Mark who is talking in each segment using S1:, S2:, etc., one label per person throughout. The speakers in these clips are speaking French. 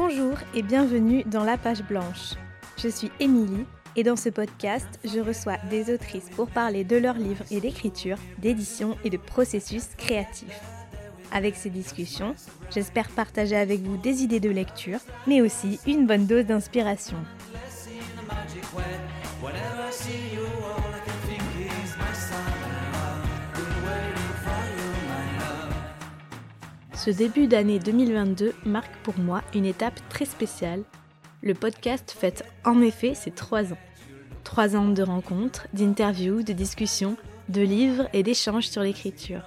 S1: Bonjour et bienvenue dans La Page Blanche. Je suis Émilie et dans ce podcast, je reçois des autrices pour parler de leurs livres et d'écriture, d'édition et de processus créatifs. Avec ces discussions, j'espère partager avec vous des idées de lecture, mais aussi une bonne dose d'inspiration. Ce début d'année 2022 marque pour moi une étape très spéciale. Le podcast fête en effet ses 3 ans. 3 ans de rencontres, d'interviews, de discussions, de livres et d'échanges sur l'écriture.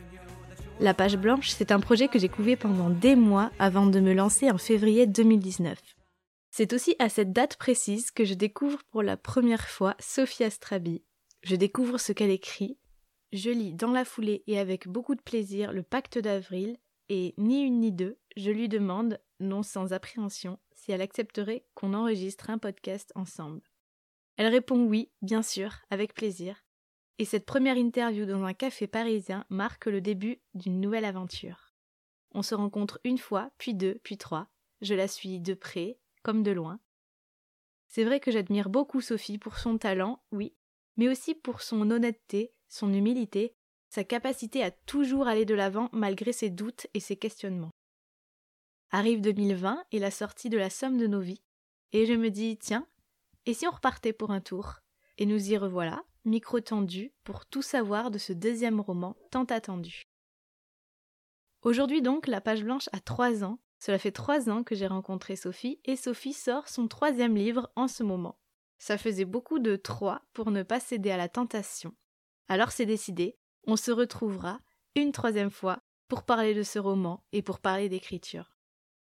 S1: La Page Blanche, c'est un projet que j'ai couvé pendant des mois avant de me lancer en février 2019. C'est aussi à cette date précise que je découvre pour la première fois Sophie Astrabi. Je découvre ce qu'elle écrit. Je lis dans la foulée et avec beaucoup de plaisir Le Pacte d'Avril et ni une ni deux, je lui demande, non sans appréhension, si elle accepterait qu'on enregistre un podcast ensemble. Elle répond oui, bien sûr, avec plaisir. Et cette première interview dans un café parisien marque le début d'une nouvelle aventure. On se rencontre une fois, puis 2, puis 3. Je la suis de près, comme de loin. C'est vrai que j'admire beaucoup Sophie pour son talent, oui, mais aussi pour son honnêteté, son humilité, sa capacité à toujours aller de l'avant malgré ses doutes et ses questionnements. Arrive 2020 et la sortie de La Somme de nos vies, et je me dis, tiens, et si on repartait pour un tour ? Et nous y revoilà, micro tendu, pour tout savoir de ce deuxième roman tant attendu. Aujourd'hui donc, La Page Blanche a 3 ans. Cela fait 3 ans que j'ai rencontré Sophie, et Sophie sort son 3e livre en ce moment. Ça faisait beaucoup de 3 pour ne pas céder à la tentation. Alors c'est décidé, on se retrouvera une 3e fois pour parler de ce roman et pour parler d'écriture.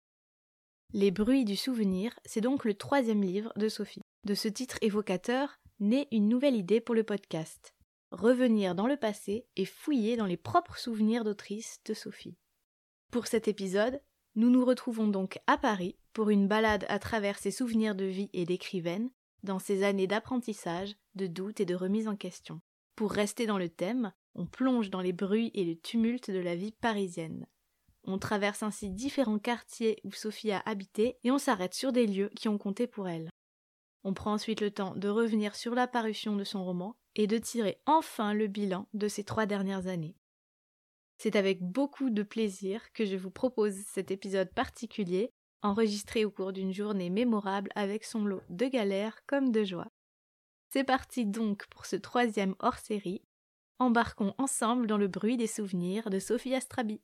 S1: Les bruits du souvenir, c'est donc le 3e livre de Sophie. De ce titre évocateur naît une nouvelle idée pour le podcast. Revenir dans le passé et fouiller dans les propres souvenirs d'autrice de Sophie. Pour cet épisode, nous nous retrouvons donc à Paris pour une balade à travers ses souvenirs de vie et d'écrivaine, dans ses années d'apprentissage, de doute et de remise en question. Pour rester dans le thème, on plonge dans les bruits et le tumulte de la vie parisienne. On traverse ainsi différents quartiers où Sophie a habité et on s'arrête sur des lieux qui ont compté pour elle. On prend ensuite le temps de revenir sur la parution de son roman et de tirer enfin le bilan de ces 3 dernières années. C'est avec beaucoup de plaisir que je vous propose cet épisode particulier, enregistré au cours d'une journée mémorable avec son lot de galères comme de joie. C'est parti donc pour ce 3e hors-série. Embarquons ensemble dans le bruit des souvenirs de Sophie Astrabi.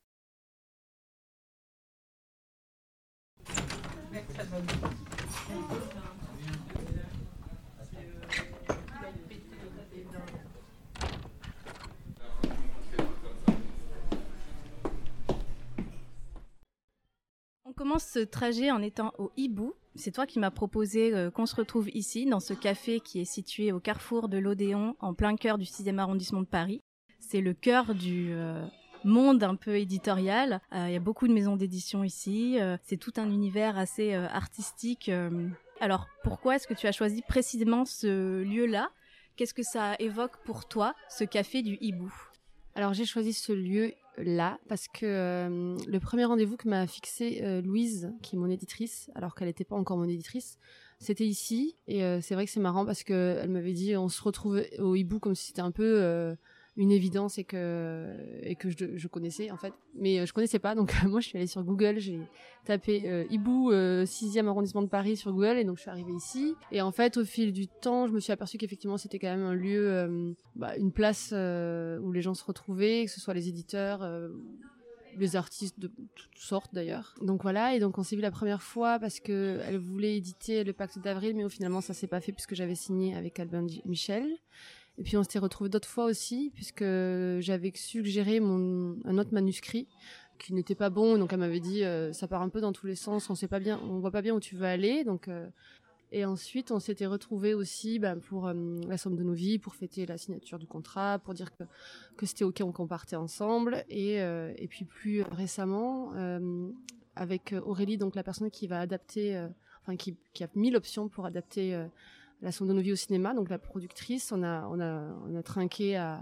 S1: On commence ce trajet en étant au Hibou. C'est toi qui m'as proposé qu'on se retrouve ici, dans ce café qui est situé au carrefour de l'Odéon, en plein cœur du 6e arrondissement de Paris. C'est le cœur du monde un peu éditorial. Il y a beaucoup de maisons d'édition ici. C'est tout un univers assez artistique. Alors, pourquoi est-ce que tu as choisi précisément ce lieu-là ? Qu'est-ce que ça évoque pour toi, ce café du Hibou ?
S2: Alors, j'ai choisi ce lieu-là parce que le premier rendez-vous que m'a fixé Louise, qui est mon éditrice, alors qu'elle n'était pas encore mon éditrice, c'était ici. Et c'est vrai que c'est marrant parce qu'elle m'avait dit on se retrouve au Hibou comme si c'était un peu une évidence et que je connaissais en fait. Mais je connaissais pas, donc moi je suis allée sur Google, j'ai tapé Hibou 6e arrondissement de Paris sur Google et donc je suis arrivée ici. Et en fait au fil du temps, je me suis aperçue qu'effectivement c'était quand même un lieu, une place où les gens se retrouvaient, que ce soit les éditeurs, les artistes de toutes sortes d'ailleurs. Donc voilà, et donc on s'est vu la première fois parce que elle voulait éditer Le Pacte d'Avril, mais au finalement ça s'est pas fait puisque j'avais signé avec Albin Michel. Et puis on s'était retrouvés d'autres fois aussi puisque j'avais suggéré un autre manuscrit qui n'était pas bon, donc elle m'avait dit ça part un peu dans tous les sens, on voit pas bien où tu veux aller, donc et ensuite on s'était retrouvés aussi pour La Somme de nos vies, pour fêter la signature du contrat, pour dire que c'était ok qu'on partait ensemble, et puis plus récemment avec Aurélie, donc la personne qui va adapter, qui a mis l'option pour adapter La Somme de nos vies au cinéma, donc la productrice, on a trinqué à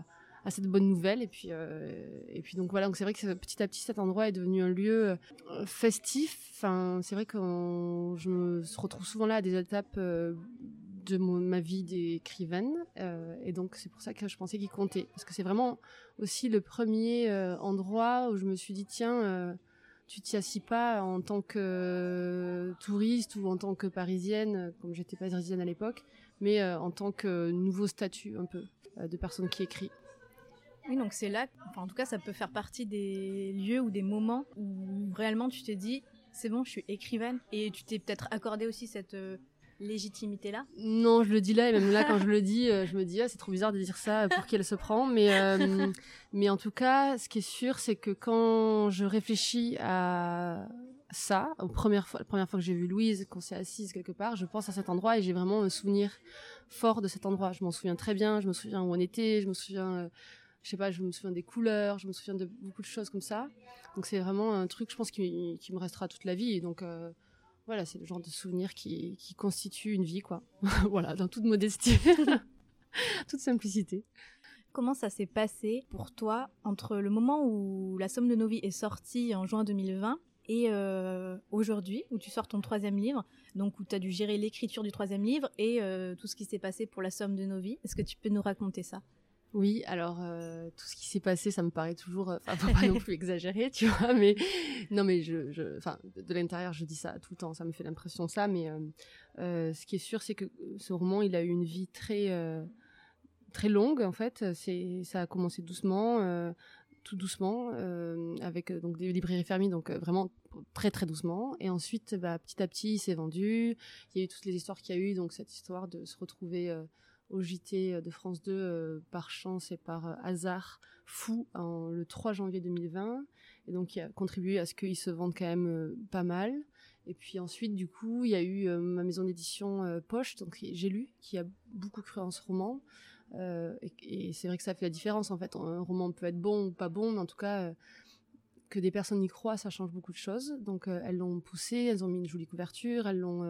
S2: cette bonne nouvelle. Et puis donc voilà, donc c'est vrai que petit à petit cet endroit est devenu un lieu festif. Enfin, c'est vrai que je me retrouve souvent là à des étapes de ma vie d'écrivaine, et donc c'est pour ça que je pensais qu'il comptait, parce que c'est vraiment aussi le premier endroit où je me suis dit tiens, tu t'y assis pas en tant que touriste ou en tant que parisienne, comme j'étais pas parisienne à l'époque, mais en tant que nouveau statut un peu de personne qui écrit.
S1: Oui, donc c'est là, enfin, en tout cas ça peut faire partie des lieux ou des moments où réellement tu t'es dit c'est bon, je suis écrivaine, et tu t'es peut-être accordé aussi cette légitimité-là.
S2: Non, je le dis là, et même là quand je le dis, je me dis c'est trop bizarre de dire ça, pour qui elle se prend, mais en tout cas, ce qui est sûr, c'est que quand je réfléchis à ça, la première fois que j'ai vu Louise, qu'on s'est assise quelque part, je pense à cet endroit et j'ai vraiment un souvenir fort de cet endroit. Je m'en souviens très bien, je me souviens où on était, je me souviens, je sais pas, je me souviens des couleurs, je me souviens de beaucoup de choses comme ça. Donc c'est vraiment un truc, je pense, qui me restera toute la vie. Et donc voilà, c'est le genre de souvenir qui constitue une vie, quoi. Voilà, dans toute modestie, toute simplicité.
S1: Comment ça s'est passé pour toi entre le moment où La Somme de nos vies est sortie en juin 2020 et aujourd'hui, où tu sors ton 3e livre, donc où tu as dû gérer l'écriture du 3e livre et tout ce qui s'est passé pour La Somme de nos vies. Est-ce que tu peux nous raconter ça ?
S2: Oui, alors tout ce qui s'est passé, ça me paraît toujours, faut pas non plus exagérer, tu vois, mais non, mais enfin, de l'intérieur, je dis ça tout le temps, ça me fait l'impression ça, mais ce qui est sûr, c'est que ce roman, il a eu une vie très très longue en fait. Ça a commencé doucement, tout doucement, avec donc des librairies fermées, donc vraiment très très doucement, et ensuite, petit à petit, il s'est vendu. Il y a eu toutes les histoires qu'il y a eu, donc cette histoire de se retrouver au JT de France 2 par chance et par hasard fou le 3 janvier 2020, et donc qui a contribué à ce qu'il se vende quand même pas mal. Et puis ensuite, du coup, il y a eu ma maison d'édition Poche, donc J'ai lu, qui a beaucoup cru en ce roman. Et c'est vrai que ça fait la différence en fait. Un roman peut être bon ou pas bon, mais en tout cas, que des personnes y croient, ça change beaucoup de choses. Donc elles l'ont poussé, elles ont mis une jolie couverture,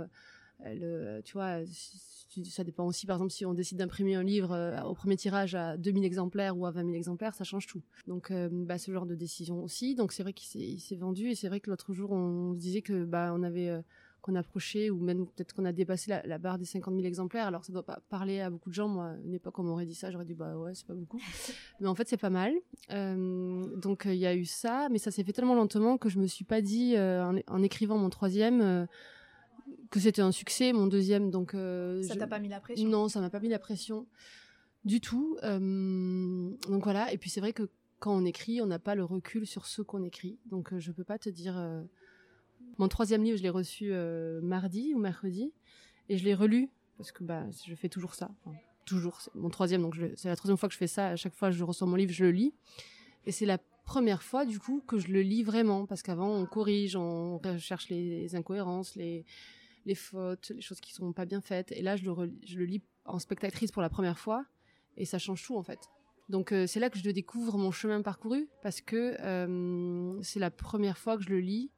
S2: tu vois, ça dépend aussi, par exemple, si on décide d'imprimer un livre au premier tirage à 2000 exemplaires ou à 20 000 exemplaires, ça change tout. Donc, ce genre de décision aussi. Donc, c'est vrai qu'il s'est vendu, et c'est vrai que l'autre jour, on se disait que, on avait, qu'on approchait, ou même peut-être qu'on a dépassé la barre des 50 000 exemplaires. Alors, ça doit pas parler à beaucoup de gens. Moi, à une époque, on m'aurait dit ça, j'aurais dit, ouais, c'est pas beaucoup. Mais en fait, c'est pas mal. Donc, il y a eu ça, mais ça s'est fait tellement lentement que je me suis pas dit, en écrivant mon 3e, que c'était un succès, mon 2e, donc
S1: ça t'a pas mis la pression ?
S2: Non, ça m'a pas mis la pression du tout. Donc voilà, et puis c'est vrai que quand on écrit, on n'a pas le recul sur ce qu'on écrit, donc je peux pas te dire. Mon 3e livre, je l'ai reçu mardi ou mercredi, et je l'ai relu parce que je fais toujours ça. Enfin, toujours, c'est mon 3e, donc c'est la 3e fois que je fais ça. À chaque fois que je reçois mon livre, je le lis, et c'est la première fois du coup que je le lis vraiment, parce qu'avant on corrige, on recherche les incohérences, les fautes, les choses qui sont pas bien faites. Et là, je le lis en spectatrice pour la première fois, et ça change tout en fait. Donc c'est là que je découvre mon chemin parcouru, parce que c'est la première fois que je le lis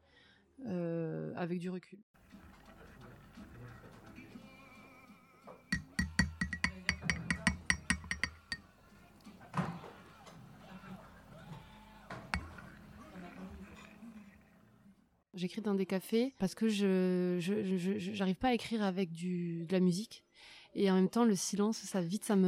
S2: avec du recul. J'écris dans des cafés parce que je j'arrive pas à écrire avec de la musique, et en même temps le silence, ça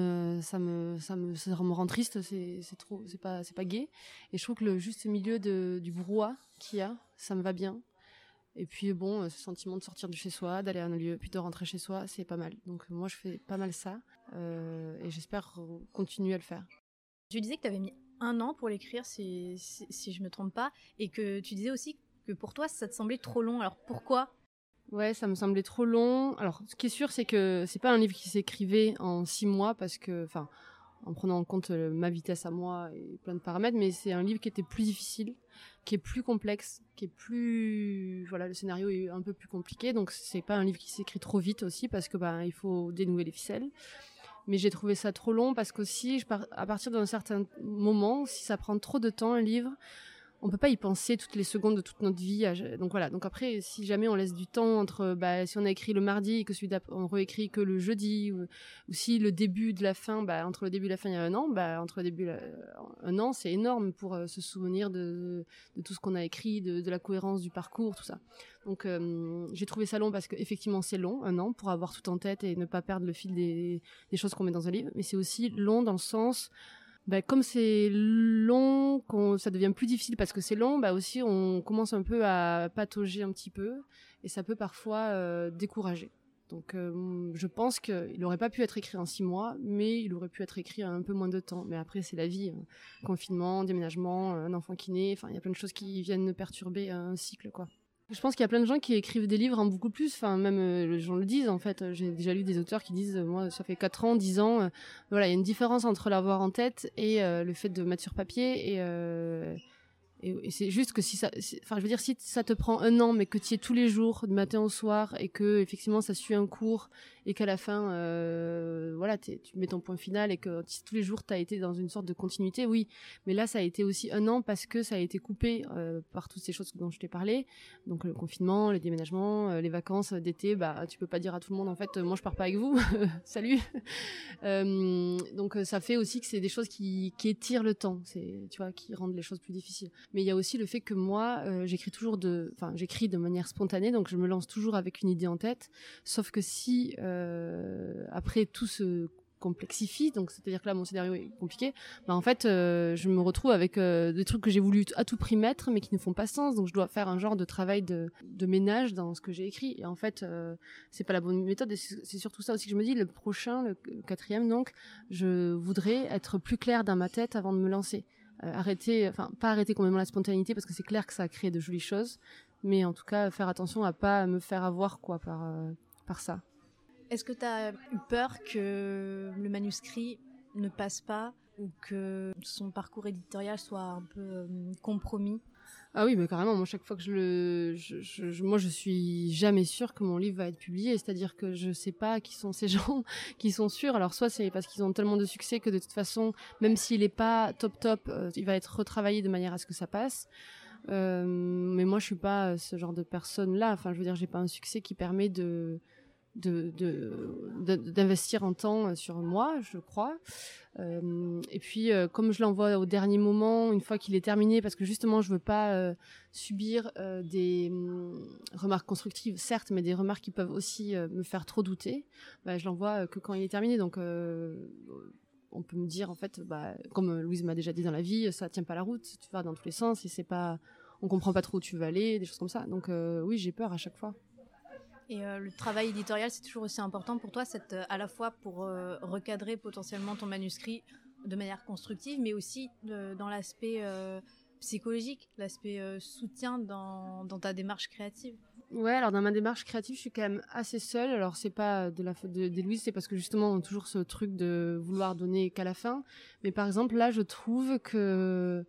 S2: me rend triste, c'est trop, c'est pas gai, et je trouve que le juste milieu du brouhaha qu'il y a, ça me va bien. Et puis ce sentiment de sortir de chez soi, d'aller à un lieu, puis de rentrer chez soi, c'est pas mal. Donc moi je fais pas mal ça, et j'espère continuer à le faire.
S1: Tu disais que tu avais mis 1 an pour l'écrire, si je me trompe pas, et que tu disais aussi que pour toi ça te semblait trop long. Alors pourquoi ?
S2: Ouais, ça me semblait trop long. Alors ce qui est sûr, c'est que c'est pas un livre qui s'écrivait en 6 mois, parce que, enfin, en prenant en compte ma vitesse à moi et plein de paramètres, mais c'est un livre qui était plus difficile, qui est plus complexe, qui est plus, voilà, le scénario est un peu plus compliqué, donc c'est pas un livre qui s'écrit trop vite aussi, parce que il faut dénouer les ficelles. Mais j'ai trouvé ça trop long, parce qu'aussi à partir d'un certain moment, si ça prend trop de temps un livre, on peut pas y penser toutes les secondes de toute notre vie. Donc voilà. Donc après, si jamais on laisse du temps entre, si on a écrit le mardi et que celui d'après, on réécrit que le jeudi, ou si le début de la fin, entre le début et la fin, il y a un an, entre le début et un an, c'est énorme pour se souvenir de tout ce qu'on a écrit, de la cohérence du parcours, tout ça. Donc j'ai trouvé ça long parce qu'effectivement c'est long, un an, pour avoir tout en tête et ne pas perdre le fil des choses qu'on met dans un livre. Mais c'est aussi long dans le sens... comme c'est long, ça devient plus difficile parce que c'est long, aussi on commence un peu à patauger un petit peu et ça peut parfois décourager. Donc je pense qu'il n'aurait pas pu être écrit en 6 mois, mais il aurait pu être écrit en un peu moins de temps. Mais après c'est la vie, confinement, déménagement, un enfant qui naît, il y a plein de choses qui viennent perturber un cycle, quoi. Je pense qu'il y a plein de gens qui écrivent des livres en beaucoup plus, même les gens le disent en fait. J'ai déjà lu des auteurs qui disent, moi ça fait 4 ans, 10 ans, voilà, il y a une différence entre l'avoir en tête et le fait de mettre sur papier et c'est juste que si ça te prend un an mais que tu y es tous les jours du matin au soir et que effectivement ça suit un cours et qu'à la fin tu mets ton point final et que tous les jours tu as été dans une sorte de continuité, oui, mais là ça a été aussi un an parce que ça a été coupé par toutes ces choses dont je t'ai parlé, donc le confinement, les déménagements, les vacances d'été, tu peux pas dire à tout le monde en fait moi je pars pas avec vous salut. Donc ça fait aussi que c'est des choses qui étirent le temps, qui rendent les choses plus difficiles. Mais il y a aussi le fait que moi, j'écris de manière spontanée, donc je me lance toujours avec une idée en tête. Sauf que si après tout se complexifie, donc c'est-à-dire que là mon scénario est compliqué, en fait je me retrouve avec des trucs que j'ai voulu à tout prix mettre mais qui ne font pas sens, donc je dois faire un genre de travail de ménage dans ce que j'ai écrit et en fait c'est pas la bonne méthode et c'est surtout ça aussi que je me dis, le prochain, le 4e donc, je voudrais être plus claire dans ma tête avant de me lancer. Pas arrêter complètement la spontanéité parce que c'est clair que ça a créé de jolies choses, mais en tout cas faire attention à pas me faire avoir par ça.
S1: Est-ce que tu as eu peur que le manuscrit ne passe pas ou que son parcours éditorial soit un peu compromis ?
S2: Ah oui, mais carrément, moi chaque fois que je suis jamais sûre que mon livre va être publié, c'est-à-dire que je sais pas qui sont ces gens qui sont sûrs. Alors soit c'est parce qu'ils ont tellement de succès que de toute façon, même s'il est pas top, il va être retravaillé de manière à ce que ça passe. Mais moi je suis pas ce genre de personne là. Enfin, je veux dire, j'ai pas un succès qui permet d'investir en temps sur moi, je crois. Et puis comme je l'envoie au dernier moment, une fois qu'il est terminé, parce que justement je veux pas subir des remarques constructives, certes, mais des remarques qui peuvent aussi me faire trop douter, je l'envoie que quand il est terminé. Donc on peut me dire en fait, comme Louise m'a déjà dit dans la vie, ça tient pas la route, tu vas dans tous les sens et on comprend pas trop où tu veux aller, des choses comme ça. Donc oui, j'ai peur à chaque fois.
S1: Et le travail éditorial, c'est toujours aussi important pour toi, à la fois pour recadrer potentiellement ton manuscrit de manière constructive, mais aussi dans l'aspect psychologique, l'aspect soutien dans ta démarche créative.
S2: Ouais, alors dans ma démarche créative, je suis quand même assez seule. Alors c'est pas de la faute d'Héloïse, c'est parce que justement on a toujours ce truc de vouloir donner qu'à la fin. Mais par exemple là, je trouve que,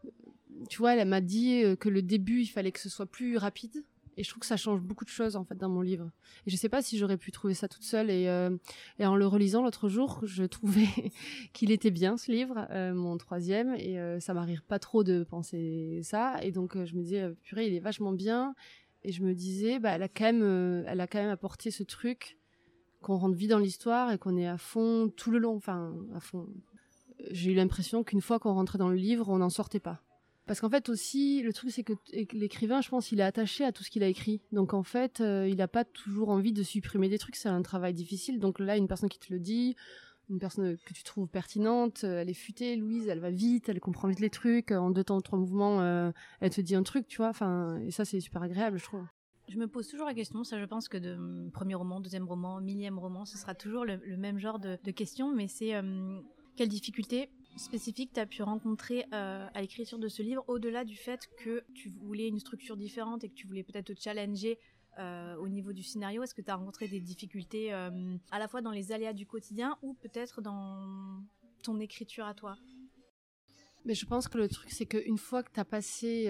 S2: tu vois, elle m'a dit que le début, il fallait que ce soit plus rapide. Et je trouve que ça change beaucoup de choses en fait dans mon livre. Et je sais pas si j'aurais pu trouver ça toute seule. Et en le relisant l'autre jour, je trouvais qu'il était bien ce livre, mon 3e. Et ça m'arrive pas trop de penser ça. Et donc je me disais, purée, il est vachement bien. Et je me disais, elle a quand même apporté ce truc qu'on rentre vite dans l'histoire et qu'on est à fond tout le long. Enfin, à fond. J'ai eu l'impression qu'une fois qu'on rentrait dans le livre, on n'en sortait pas. Parce qu'en fait aussi, le truc c'est que l'écrivain, je pense, il est attaché à tout ce qu'il a écrit. Donc en fait, il n'a pas toujours envie de supprimer des trucs, c'est un travail difficile. Donc là, une personne qui te le dit, une personne que tu trouves pertinente, elle est futée, Louise, elle va vite, elle comprend vite les trucs, en 2 temps, 3 mouvements, elle te dit un truc, tu vois. Enfin, et ça c'est super agréable, je trouve.
S1: Je me pose toujours la question, ça je pense que de premier roman, 2e roman, 1000e roman, ce sera toujours le même genre de questions, mais c'est quelle difficulté spécifique tu as pu rencontrer à l'écriture de ce livre, au-delà du fait que tu voulais une structure différente et que tu voulais peut-être te challenger au niveau du scénario. Est-ce que tu as rencontré des difficultés à la fois dans les aléas du quotidien ou peut-être dans ton écriture à toi ?
S2: Mais je pense que le truc, c'est qu'une fois que tu as passé,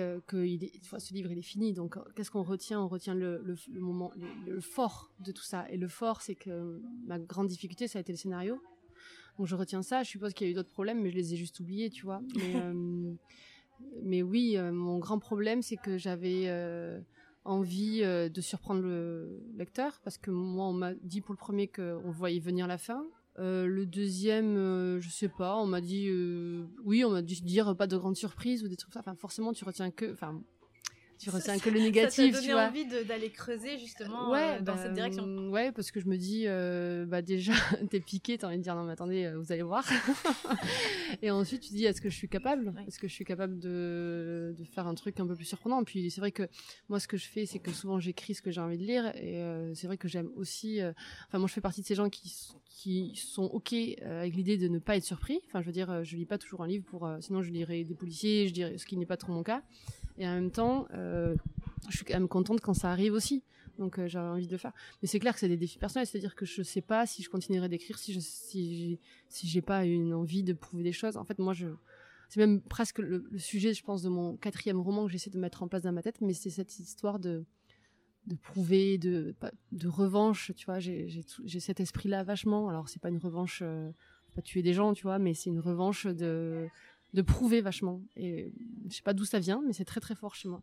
S2: ce livre il est fini, donc qu'est-ce qu'on retient ? On retient le moment, le fort de tout ça. Et le fort, c'est que ma grande difficulté, ça a été le scénario. Donc je retiens ça, je suppose qu'il y a eu d'autres problèmes, mais je les ai juste oubliés, tu vois. Mais Mais oui, mon grand problème, c'est que j'avais envie de surprendre le lecteur, parce que moi, on m'a dit pour le premier qu'on voyait venir la fin. Le deuxième, je sais pas, on m'a dit oui, on m'a dit dire pas de grande surprise ou des trucs comme ça. Enfin, forcément, tu retiens que le négatif, tu vois.
S1: Ça t'a donné envie d'aller creuser justement dans cette direction.
S2: Ouais, parce que je me dis, déjà, t'es piqué, t'as envie de dire non mais attendez, vous allez voir. Et ensuite tu dis, est-ce que je suis capable ? Est-ce que je suis capable de faire un truc un peu plus surprenant ? Et puis c'est vrai que moi ce que je fais, c'est que souvent j'écris ce que j'ai envie de lire, et c'est vrai que j'aime aussi. Enfin moi je fais partie de ces gens qui sont ok avec l'idée de ne pas être surpris. Enfin je veux dire, je lis pas toujours un livre pour, sinon je lirais des policiers, je dirais ce qui n'est pas trop mon cas. Et en même temps, je suis quand même contente quand ça arrive aussi. Donc j'avais envie de le faire. Mais c'est clair que c'est des défis personnels, c'est-à-dire que je sais pas si je continuerai d'écrire si j'ai pas une envie de prouver des choses. En fait, moi c'est même presque le sujet, je pense, de mon 4e roman que j'essaie de mettre en place dans ma tête, mais c'est cette histoire de prouver, de revanche, tu vois. J'ai cet esprit-là vachement. Alors c'est pas une revanche, pas tuer des gens, tu vois, mais c'est une revanche de prouver vachement. Et je sais pas d'où ça vient, mais c'est très très fort chez moi.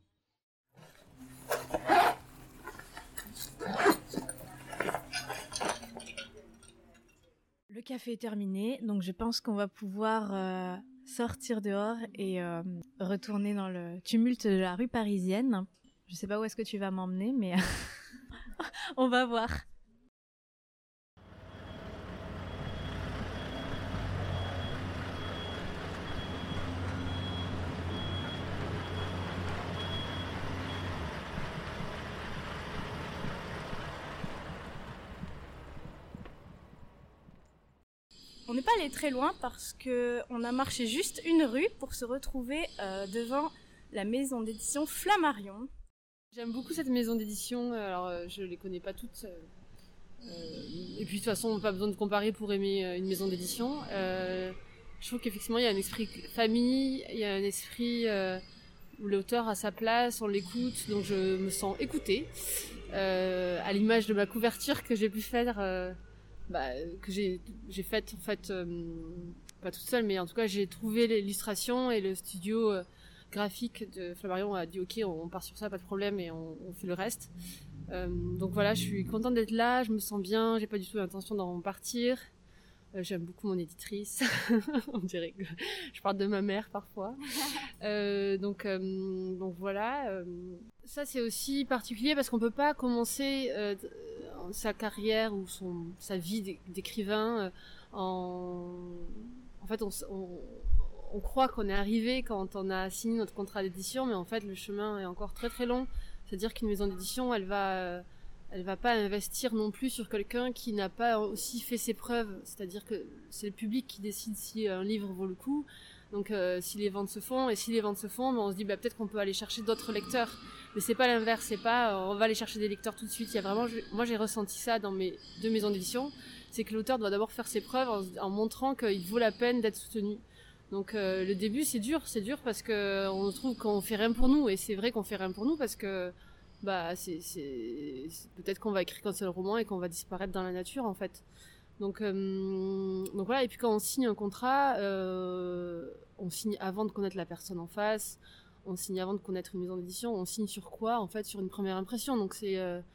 S1: Le café est terminé, donc je pense qu'on va pouvoir sortir dehors et retourner dans le tumulte de la rue parisienne. Je sais pas où est-ce que tu vas m'emmener, mais on va voir. On n'est pas allé très loin parce qu'on a marché juste une rue pour se retrouver devant la maison d'édition Flammarion.
S2: J'aime beaucoup cette maison d'édition, alors je les connais pas toutes. Et puis de toute façon, pas besoin de comparer pour aimer une maison d'édition. Je trouve qu'effectivement, il y a un esprit famille, il y a un esprit où l'auteur a sa place, on l'écoute, donc je me sens écoutée. À l'image de ma couverture que j'ai pu faire, que j'ai faite en fait, pas toute seule, mais en tout cas j'ai trouvé l'illustration, et le studio graphique de Flammarion a dit ok, on part sur ça, pas de problème, et on fait le reste. Donc voilà, je suis contente d'être là, je me sens bien, j'ai pas du tout l'intention d'en partir. J'aime beaucoup mon éditrice. On dirait que je parle de ma mère parfois. Donc voilà. Ça c'est aussi particulier parce qu'on peut pas commencer sa carrière ou sa vie d'écrivain en fait on croit qu'on est arrivé quand on a signé notre contrat d'édition, mais en fait le chemin est encore très très long. C'est-à-dire qu'une maison d'édition, elle va pas investir non plus sur quelqu'un qui n'a pas aussi fait ses preuves. C'est-à-dire que c'est le public qui décide si un livre vaut le coup. Donc si les ventes se font, on se dit peut-être qu'on peut aller chercher d'autres lecteurs. Mais c'est pas l'inverse, c'est pas on va aller chercher des lecteurs tout de suite. Il y a vraiment, moi j'ai ressenti ça dans mes 2 maisons d'édition, c'est que l'auteur doit d'abord faire ses preuves en montrant qu'il vaut la peine d'être soutenu. Donc le début c'est dur parce que on trouve qu'on fait rien pour nous, et c'est vrai qu'on fait rien pour nous parce que c'est peut-être qu'on va écrire qu'un seul roman et qu'on va disparaître dans la nature en fait. Donc voilà, et puis quand on signe un contrat, on signe avant de connaître la personne en face, on signe avant de connaître une maison d'édition, on signe sur quoi en fait, sur une première impression. Donc c'est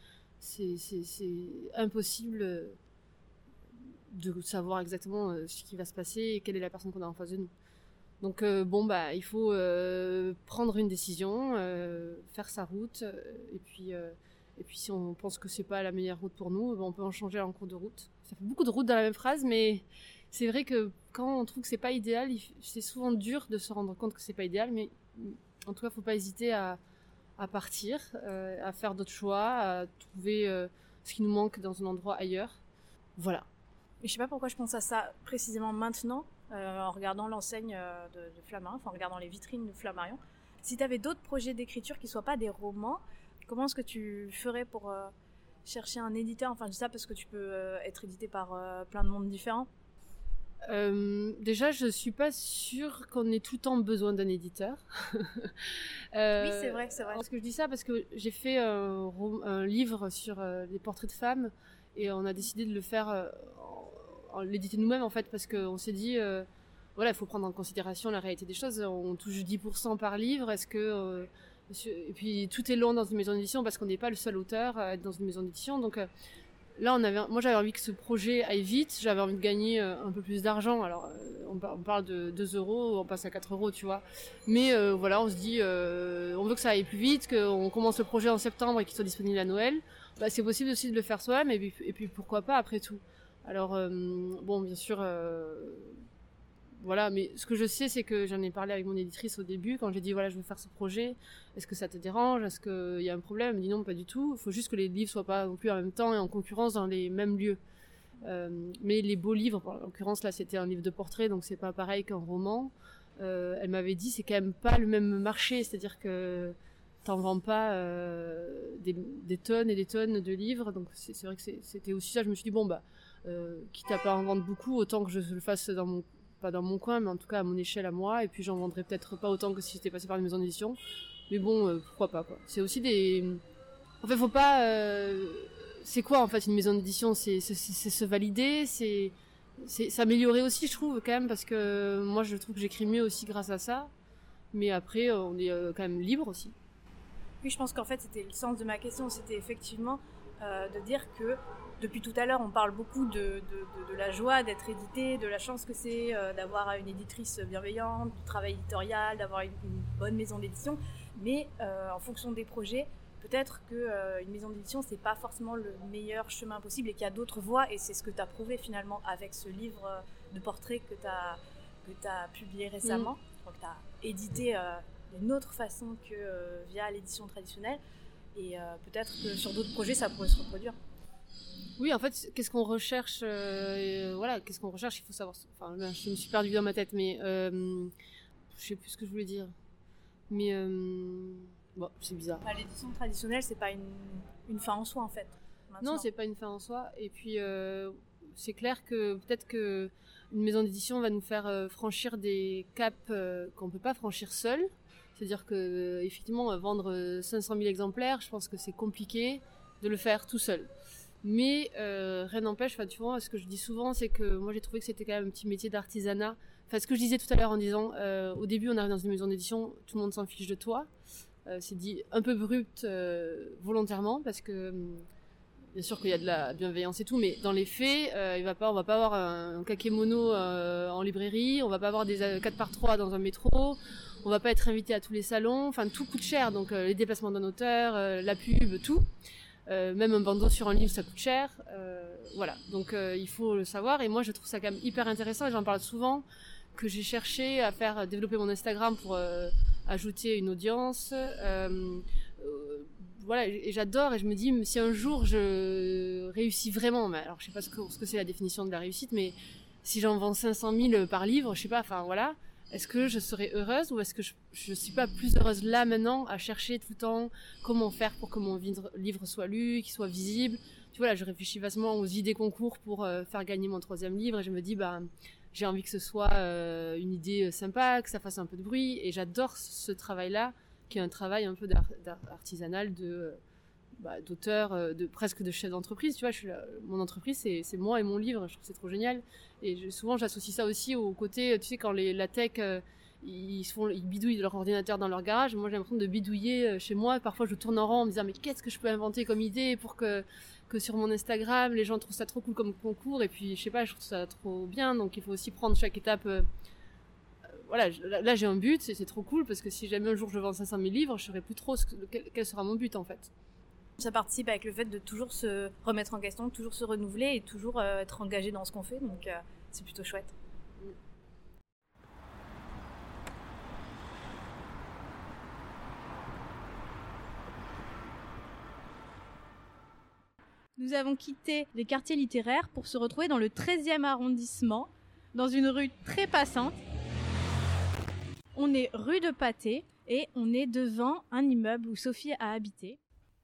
S2: impossible de savoir exactement ce qui va se passer et quelle est la personne qu'on a en face de nous. Donc il faut prendre une décision, faire sa route, et puis si on pense que c'est pas la meilleure route pour nous, on peut en changer en cours de route. Ça fait beaucoup de routes dans la même phrase, mais c'est vrai que quand on trouve que c'est pas idéal, c'est souvent dur de se rendre compte que c'est pas idéal, mais en tout cas faut pas hésiter à partir, à faire d'autres choix, à trouver ce qui nous manque dans un endroit ailleurs. Voilà.
S1: Et je sais pas pourquoi je pense à ça précisément maintenant, en regardant l'enseigne de Flammarion, en regardant les vitrines de Flammarion. Si tu avais d'autres projets d'écriture qui soient pas des romans, comment est-ce que tu ferais pour chercher un éditeur ? Enfin, je dis ça parce que tu peux être édité par plein de mondes différents.
S2: Déjà, je suis pas sûre qu'on ait tout le temps besoin d'un éditeur.
S1: Oui, c'est vrai.
S2: Parce que je dis ça parce que j'ai fait un livre sur les portraits de femmes, et on a décidé de le faire l'éditer nous-mêmes en fait, parce qu'on s'est dit voilà, il faut prendre en considération la réalité des choses. On touche 10% par livre. Est-ce que et puis tout est long dans une maison d'édition parce qu'on n'est pas le seul auteur à être dans une maison d'édition. Donc là, moi j'avais envie que ce projet aille vite. J'avais envie de gagner un peu plus d'argent. Alors on parle de 2 euros, on passe à 4 euros, tu vois. Mais voilà, on se dit, on veut que ça aille plus vite, qu'on commence le projet en septembre et qu'il soit disponible à Noël. Bah, c'est possible aussi de le faire soi-même et puis pourquoi pas après tout. Alors bon, bien sûr. Voilà, mais ce que je sais, c'est que j'en ai parlé avec mon éditrice au début, quand j'ai dit voilà, je veux faire ce projet, est-ce que ça te dérange, est-ce qu'il y a un problème? Elle me dit non, pas du tout, il faut juste que les livres soient pas non plus en même temps et en concurrence dans les mêmes lieux. Mais les beaux livres, en l'occurrence là c'était un livre de portrait, donc c'est pas pareil qu'un roman. Elle m'avait dit c'est quand même pas le même marché, c'est-à-dire que t'en vends pas des tonnes et des tonnes de livres, donc c'est vrai que c'était aussi ça. Je me suis dit bon bah quitte à pas en vendre beaucoup, autant que je le fasse pas dans mon coin, mais en tout cas à mon échelle à moi, et puis j'en vendrais peut-être pas autant que si j'étais passée par une maison d'édition, mais bon, pourquoi pas quoi. C'est aussi en fait faut pas c'est quoi en fait une maison d'édition, c'est se valider, c'est s'améliorer aussi, je trouve quand même, parce que moi je trouve que j'écris mieux aussi grâce à ça, mais après on est quand même libre aussi.
S3: Oui, je pense qu'en fait c'était le sens de ma question, c'était effectivement de dire que depuis tout à l'heure, on parle beaucoup de la joie d'être édité, de la chance que c'est d'avoir une éditrice bienveillante, du travail éditorial, d'avoir une bonne maison d'édition. Mais en fonction des projets, peut-être qu'une maison d'édition, c'est pas forcément le meilleur chemin possible et qu'il y a d'autres voies. Et c'est ce que tu as prouvé finalement avec ce livre de portraits que tu as publié récemment, que tu as édité d'une autre façon que via l'édition traditionnelle. Et peut-être que sur d'autres projets, ça pourrait se reproduire.
S2: Oui, en fait, qu'est-ce qu'on recherche voilà, qu'est-ce qu'on recherche, il faut savoir. Enfin, là, je me suis perdue dans ma tête, mais je sais plus ce que je voulais dire. Mais bon, c'est bizarre.
S3: L'édition traditionnelle, c'est pas une fin en soi, en fait. Maintenant.
S2: Non, c'est pas une fin en soi. Et puis, c'est clair que peut-être que une maison d'édition va nous faire franchir des caps qu'on peut pas franchir seul. C'est-à-dire que effectivement, vendre 500 000 exemplaires, je pense que c'est compliqué de le faire tout seul. Mais rien n'empêche, tu vois, ce que je dis souvent, c'est que moi j'ai trouvé que c'était quand même un petit métier d'artisanat. Enfin, ce que je disais tout à l'heure en disant, au début on arrive dans une maison d'édition, tout le monde s'en fiche de toi. C'est dit un peu brut volontairement, parce que bien sûr qu'il y a de la bienveillance et tout, mais dans les faits, on va pas avoir un kakémono en librairie, on va pas avoir des 4x3 dans un métro, on va pas être invité à tous les salons, enfin tout coûte cher, donc les déplacements d'un auteur, la pub, tout. Même un bandeau sur un livre, ça coûte cher. Voilà, donc il faut le savoir. Et moi, je trouve ça quand même hyper intéressant, et j'en parle souvent, que j'ai cherché à faire développer mon Instagram pour ajouter une audience. Voilà, et j'adore, et je me dis, si un jour je réussis vraiment, mais alors je sais pas ce que c'est la définition de la réussite, mais si j'en vends 500 000 par livre, je sais pas, enfin voilà, est-ce que je serais heureuse, ou est-ce que je suis pas plus heureuse là maintenant à chercher tout le temps comment faire pour que mon livre soit lu, qu'il soit visible. Tu vois, là je réfléchis vastement aux idées concours pour faire gagner mon 3e livre, et je me dis j'ai envie que ce soit une idée sympa, que ça fasse un peu de bruit, et j'adore ce travail-là, qui est un travail un peu artisanal d'auteur, presque de chef d'entreprise. Tu vois, mon entreprise, c'est moi et mon livre. Je trouve que c'est trop génial. Et souvent, j'associe ça aussi au côté, tu sais, quand la tech, ils bidouillent leur ordinateur dans leur garage. Moi, j'ai l'impression de bidouiller chez moi. Parfois, je tourne en rond en me disant, mais qu'est-ce que je peux inventer comme idée pour que sur mon Instagram, les gens trouvent ça trop cool comme concours. Et puis, je sais pas, je trouve ça trop bien. Donc, il faut aussi prendre chaque étape. Voilà, là j'ai un but, c'est trop cool, parce que si jamais un jour je vends 500 000 livres, je saurais plus trop quel sera mon but en fait.
S3: Ça participe avec le fait de toujours se remettre en question, toujours se renouveler et toujours être engagé dans ce qu'on fait, donc c'est plutôt chouette. Nous avons quitté les quartiers littéraires pour se retrouver dans le 13e arrondissement, dans une rue très passante. On est rue de Patay et on est devant un immeuble où Sophie a habité.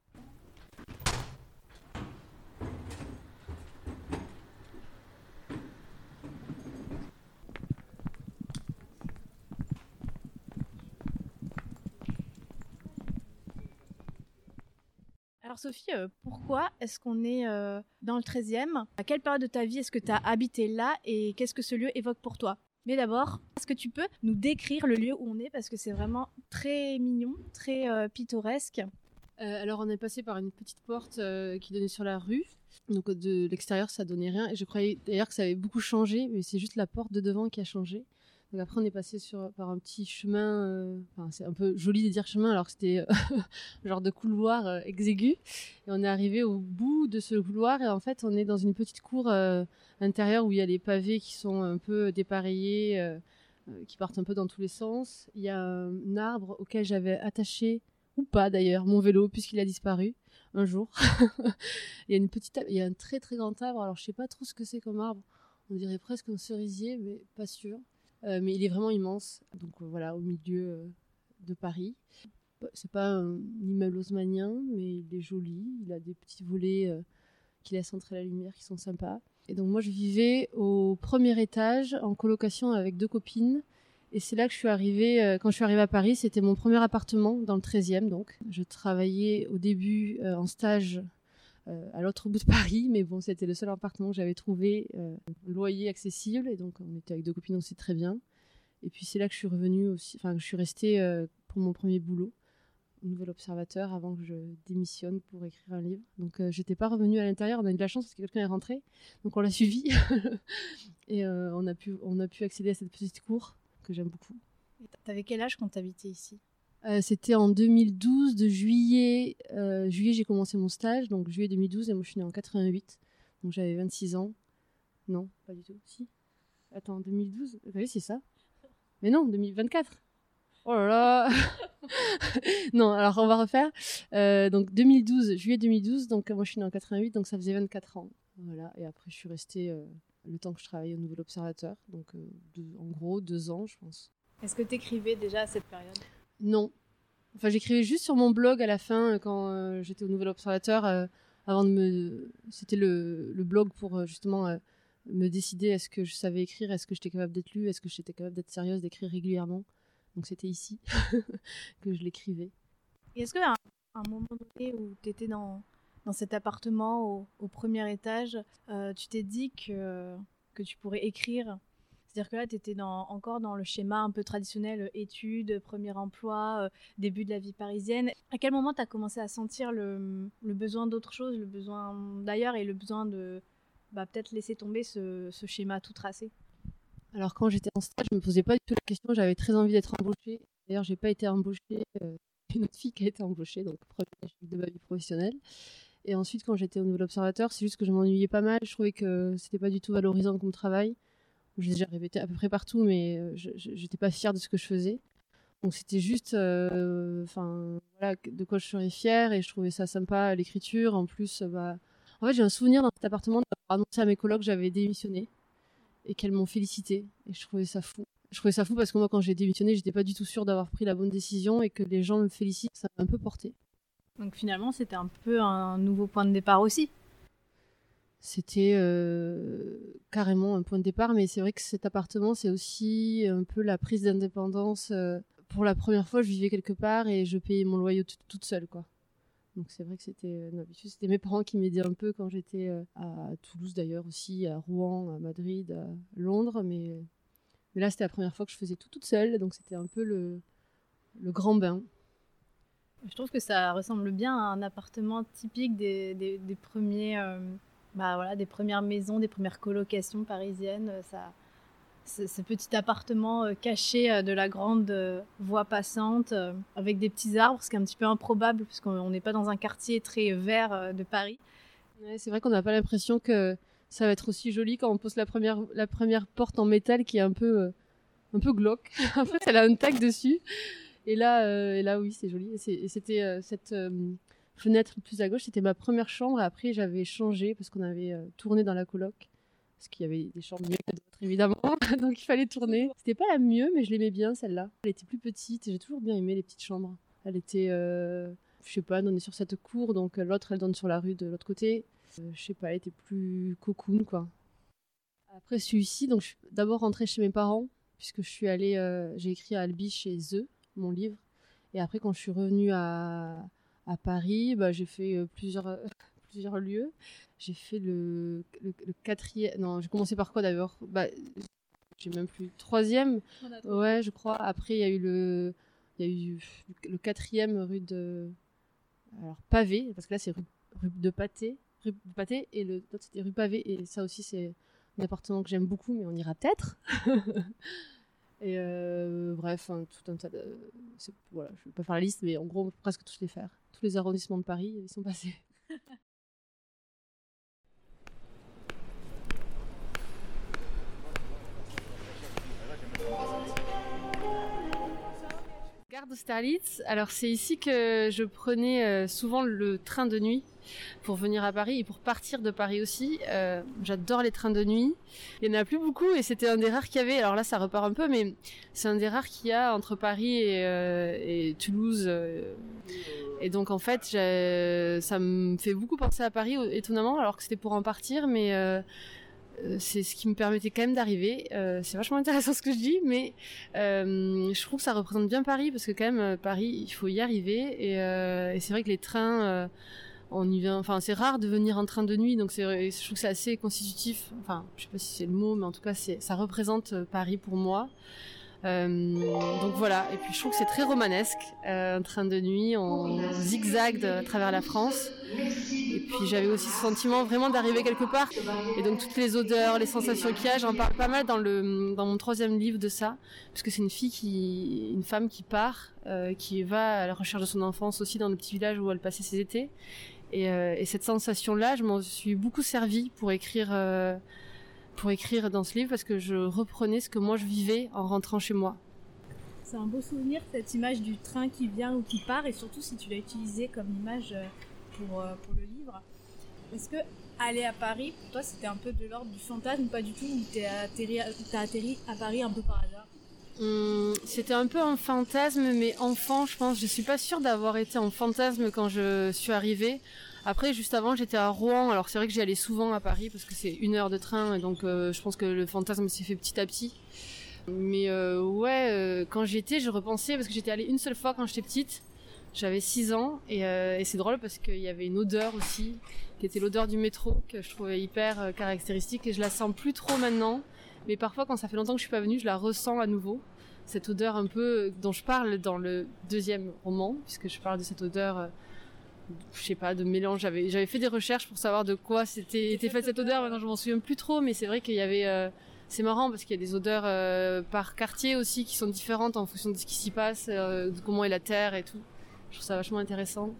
S3: Alors Sophie, pourquoi est-ce qu'on est dans le 13e ? À quelle période de ta vie est-ce que tu as habité là et qu'est-ce que ce lieu évoque pour toi ? Mais d'abord, est-ce que tu peux nous décrire le lieu où on est, parce que c'est vraiment très mignon, très pittoresque.
S2: Alors on est passé par une petite porte qui donnait sur la rue. Donc de l'extérieur ça donnait rien et je croyais d'ailleurs que ça avait beaucoup changé, mais c'est juste la porte de devant qui a changé. Donc après on est passé par un petit chemin, c'est un peu joli de dire chemin alors que c'était genre de couloir exigu. Et on est arrivé au bout de ce couloir et en fait on est dans une petite cour intérieure où il y a les pavés qui sont un peu dépareillés, qui partent un peu dans tous les sens. Il y a un arbre auquel j'avais attaché, ou pas d'ailleurs, mon vélo puisqu'il a disparu un jour. Il y a un très très grand arbre, alors je sais pas trop ce que c'est comme arbre, on dirait presque un cerisier mais pas sûr. Mais il est vraiment immense, donc voilà, au milieu de Paris. C'est pas un immeuble haussmannien, mais il est joli, il a des petits volets qui laissent entrer la lumière qui sont sympas. Et donc moi je vivais au premier étage en colocation avec 2 copines. Et c'est là que je suis arrivée, quand je suis arrivée à Paris, c'était mon premier appartement dans le 13e donc. Je travaillais au début en stage à l'autre bout de Paris, mais bon, c'était le seul appartement que j'avais trouvé, loyer accessible, et donc on était avec 2 copines, on sait très bien. Et puis c'est là que je suis revenue aussi, enfin je suis restée pour mon premier boulot, au Nouvel Observateur, avant que je démissionne pour écrire un livre. Donc j'étais pas revenue à l'intérieur, on a eu de la chance parce que quelqu'un est rentré, donc on l'a suivi, et on a pu accéder à cette petite cour que j'aime beaucoup.
S3: T'avais quel âge quand t'habitais ici ?
S2: C'était en 2012, de juillet. Juillet, j'ai commencé mon stage, donc juillet 2012, et moi je suis née en 88, donc j'avais 26 ans. Non, pas du tout. Si. Attends, 2012 ? Oui, c'est ça. Mais non, 2024. Oh là là. Non, alors on va refaire. Donc 2012, juillet 2012, donc moi je suis née en 88, donc ça faisait 24 ans. Voilà, et après je suis restée le temps que je travaillais au Nouvel Observateur, donc en gros 2 ans, je pense.
S3: Est-ce que t'écrivais déjà à cette période ?
S2: Non. Enfin, j'écrivais juste sur mon blog à la fin, quand j'étais au Nouvel Observateur, avant de me... C'était le blog pour justement me décider est-ce que je savais écrire, est-ce que j'étais capable d'être lue, est-ce que j'étais capable d'être sérieuse, d'écrire régulièrement. Donc c'était ici que je l'écrivais.
S3: Et est-ce qu'à un moment donné où t'étais dans cet appartement au premier étage, tu t'es dit que tu pourrais écrire ? C'est-à-dire que là, tu étais encore dans le schéma un peu traditionnel, études, premier emploi, début de la vie parisienne. À quel moment tu as commencé à sentir le besoin d'autre chose, le besoin d'ailleurs et le besoin de peut-être laisser tomber ce schéma tout tracé ?
S2: Alors quand j'étais en stage, je me posais pas du tout la question, j'avais très envie d'être embauchée. D'ailleurs, j'ai pas été embauchée, une autre fille qui a été embauchée, donc premier échec de ma vie professionnelle. Et ensuite, quand j'étais au Nouvel Observateur, c'est juste que je m'ennuyais pas mal, je trouvais que c'était pas du tout valorisant comme travail. J'ai déjà répété à peu près partout, mais j'étais pas fière de ce que je faisais. Donc c'était juste, voilà, de quoi je serais fière, et je trouvais ça sympa, l'écriture. En plus, en fait, j'ai un souvenir dans cet appartement d'avoir annoncé à mes colocs que j'avais démissionné et qu'elles m'ont félicité. Et je trouvais ça fou. Je trouvais ça fou parce que moi, quand j'ai démissionné, j'étais pas du tout sûre d'avoir pris la bonne décision, et que les gens me félicitent, ça m'a un peu porté.
S3: Donc finalement, c'était un peu un nouveau point de départ aussi.
S2: C'était carrément un point de départ, mais c'est vrai que cet appartement, c'est aussi un peu la prise d'indépendance. Pour la première fois, je vivais quelque part et je payais mon loyer toute seule, quoi. Donc c'est vrai que c'était mes parents qui m'aidaient un peu quand j'étais à Toulouse d'ailleurs aussi, à Rouen, à Madrid, à Londres, mais là c'était la première fois que je faisais tout toute seule, donc c'était un peu le grand bain.
S3: Je trouve que ça ressemble bien à un appartement typique des premiers... des premières maisons, des premières colocations parisiennes, ce petit appartement caché de la grande voie passante avec des petits arbres, ce qui est un petit peu improbable puisqu'on n'est pas dans un quartier très vert de Paris.
S2: Ouais, c'est vrai qu'on n'a pas l'impression que ça va être aussi joli quand on pose la première porte en métal qui est un peu glauque. En fait, elle a un tag dessus. Et là, oui, c'est joli. Et c'était cette fenêtre plus à gauche, c'était ma première chambre. Et après, j'avais changé parce qu'on avait tourné dans la coloc. Parce qu'il y avait des chambres mieux que d'autres, évidemment. Donc, il fallait tourner. C'était pas la mieux, mais je l'aimais bien, celle-là. Elle était plus petite. J'ai toujours bien aimé les petites chambres. Elle était, je sais pas, donnée sur cette cour. Donc, l'autre, elle donne sur la rue de l'autre côté. Je sais pas, elle était plus cocoon, quoi. Après, celui-ci, donc, je suis d'abord rentrée chez mes parents. Puisque j'ai écrit à Albi chez eux, mon livre. Et après, quand je suis revenue à Paris, j'ai fait plusieurs lieux. J'ai fait le quatrième... Non, j'ai commencé par quoi d'abord ? j'ai même plus, 3e, ouais, je crois. Après, il y a eu le 4e rue de, alors Pavé, parce que là c'est rue de Pâté, et l'autre c'était rue Pavé, et ça aussi c'est un appartement que j'aime beaucoup, mais on ira peut-être. Et bref, tout un tas de, voilà, je vais pas faire la liste, mais en gros, on peut presque tous les faire. Tous les arrondissements de Paris, ils sont passés. Gare d'Austerlitz, alors c'est ici que je prenais souvent le train de nuit pour venir à Paris et pour partir de Paris aussi. J'adore les trains de nuit. Il n'y en a plus beaucoup et c'était un des rares qu'il y avait. Alors là, ça repart un peu, mais c'est un des rares qu'il y a entre Paris et Toulouse. Et donc en fait, ça me fait beaucoup penser à Paris, étonnamment, alors que c'était pour en partir, mais c'est ce qui me permettait quand même d'arriver. C'est vachement intéressant ce que je dis, mais je trouve que ça représente bien Paris, parce que quand même, Paris, il faut y arriver. Et c'est vrai que les trains, on y vient. Enfin, c'est rare de venir en train de nuit, donc je trouve que c'est assez constitutif. Enfin, je sais pas si c'est le mot, mais en tout cas, ça représente Paris pour moi. Donc voilà, et puis je trouve que c'est très romanesque, un train de nuit, on zigzague à travers la France, et puis j'avais aussi ce sentiment vraiment d'arriver quelque part, et donc toutes les odeurs, les sensations qu'il y a, j'en parle pas mal dans mon 3e livre de ça, parce que c'est une femme qui part, qui va à la recherche de son enfance aussi dans le petit village où elle passait ses étés, et cette sensation-là, je m'en suis beaucoup servie pour écrire dans ce livre, parce que je reprenais ce que moi je vivais en rentrant chez moi.
S3: C'est un beau souvenir, cette image du train qui vient ou qui part, et surtout si tu l'as utilisé comme image pour le livre. Est-ce que aller à Paris, pour toi, c'était un peu de l'ordre du fantasme, pas du tout, ou t'as atterri à Paris un peu par hasard?
S2: C'était un peu un fantasme, mais enfant, je pense. Je suis pas sûre d'avoir été en fantasme quand je suis arrivée. Après, juste avant, j'étais à Rouen. Alors c'est vrai que j'y allais souvent à Paris parce que c'est 1 heure de train, et donc je pense que le fantasme s'est fait petit à petit. Mais quand j'y étais, je repensais, parce que j'étais allée une seule fois quand j'étais petite. J'avais 6 ans, et c'est drôle parce qu'il y avait une odeur aussi, qui était l'odeur du métro, que je trouvais hyper caractéristique, et je la sens plus trop maintenant. Mais parfois, quand ça fait longtemps que je suis pas venue, je la ressens à nouveau. Cette odeur un peu dont je parle dans le 2e roman, puisque je parle de cette odeur, je sais pas, de mélange. J'avais fait des recherches pour savoir de quoi était faite cette odeur. Maintenant, je m'en souviens plus trop, mais c'est vrai qu'il y avait. C'est marrant parce qu'il y a des odeurs par quartier aussi qui sont différentes en fonction de ce qui s'y passe, de comment est la terre et tout. Je trouve ça vachement intéressant.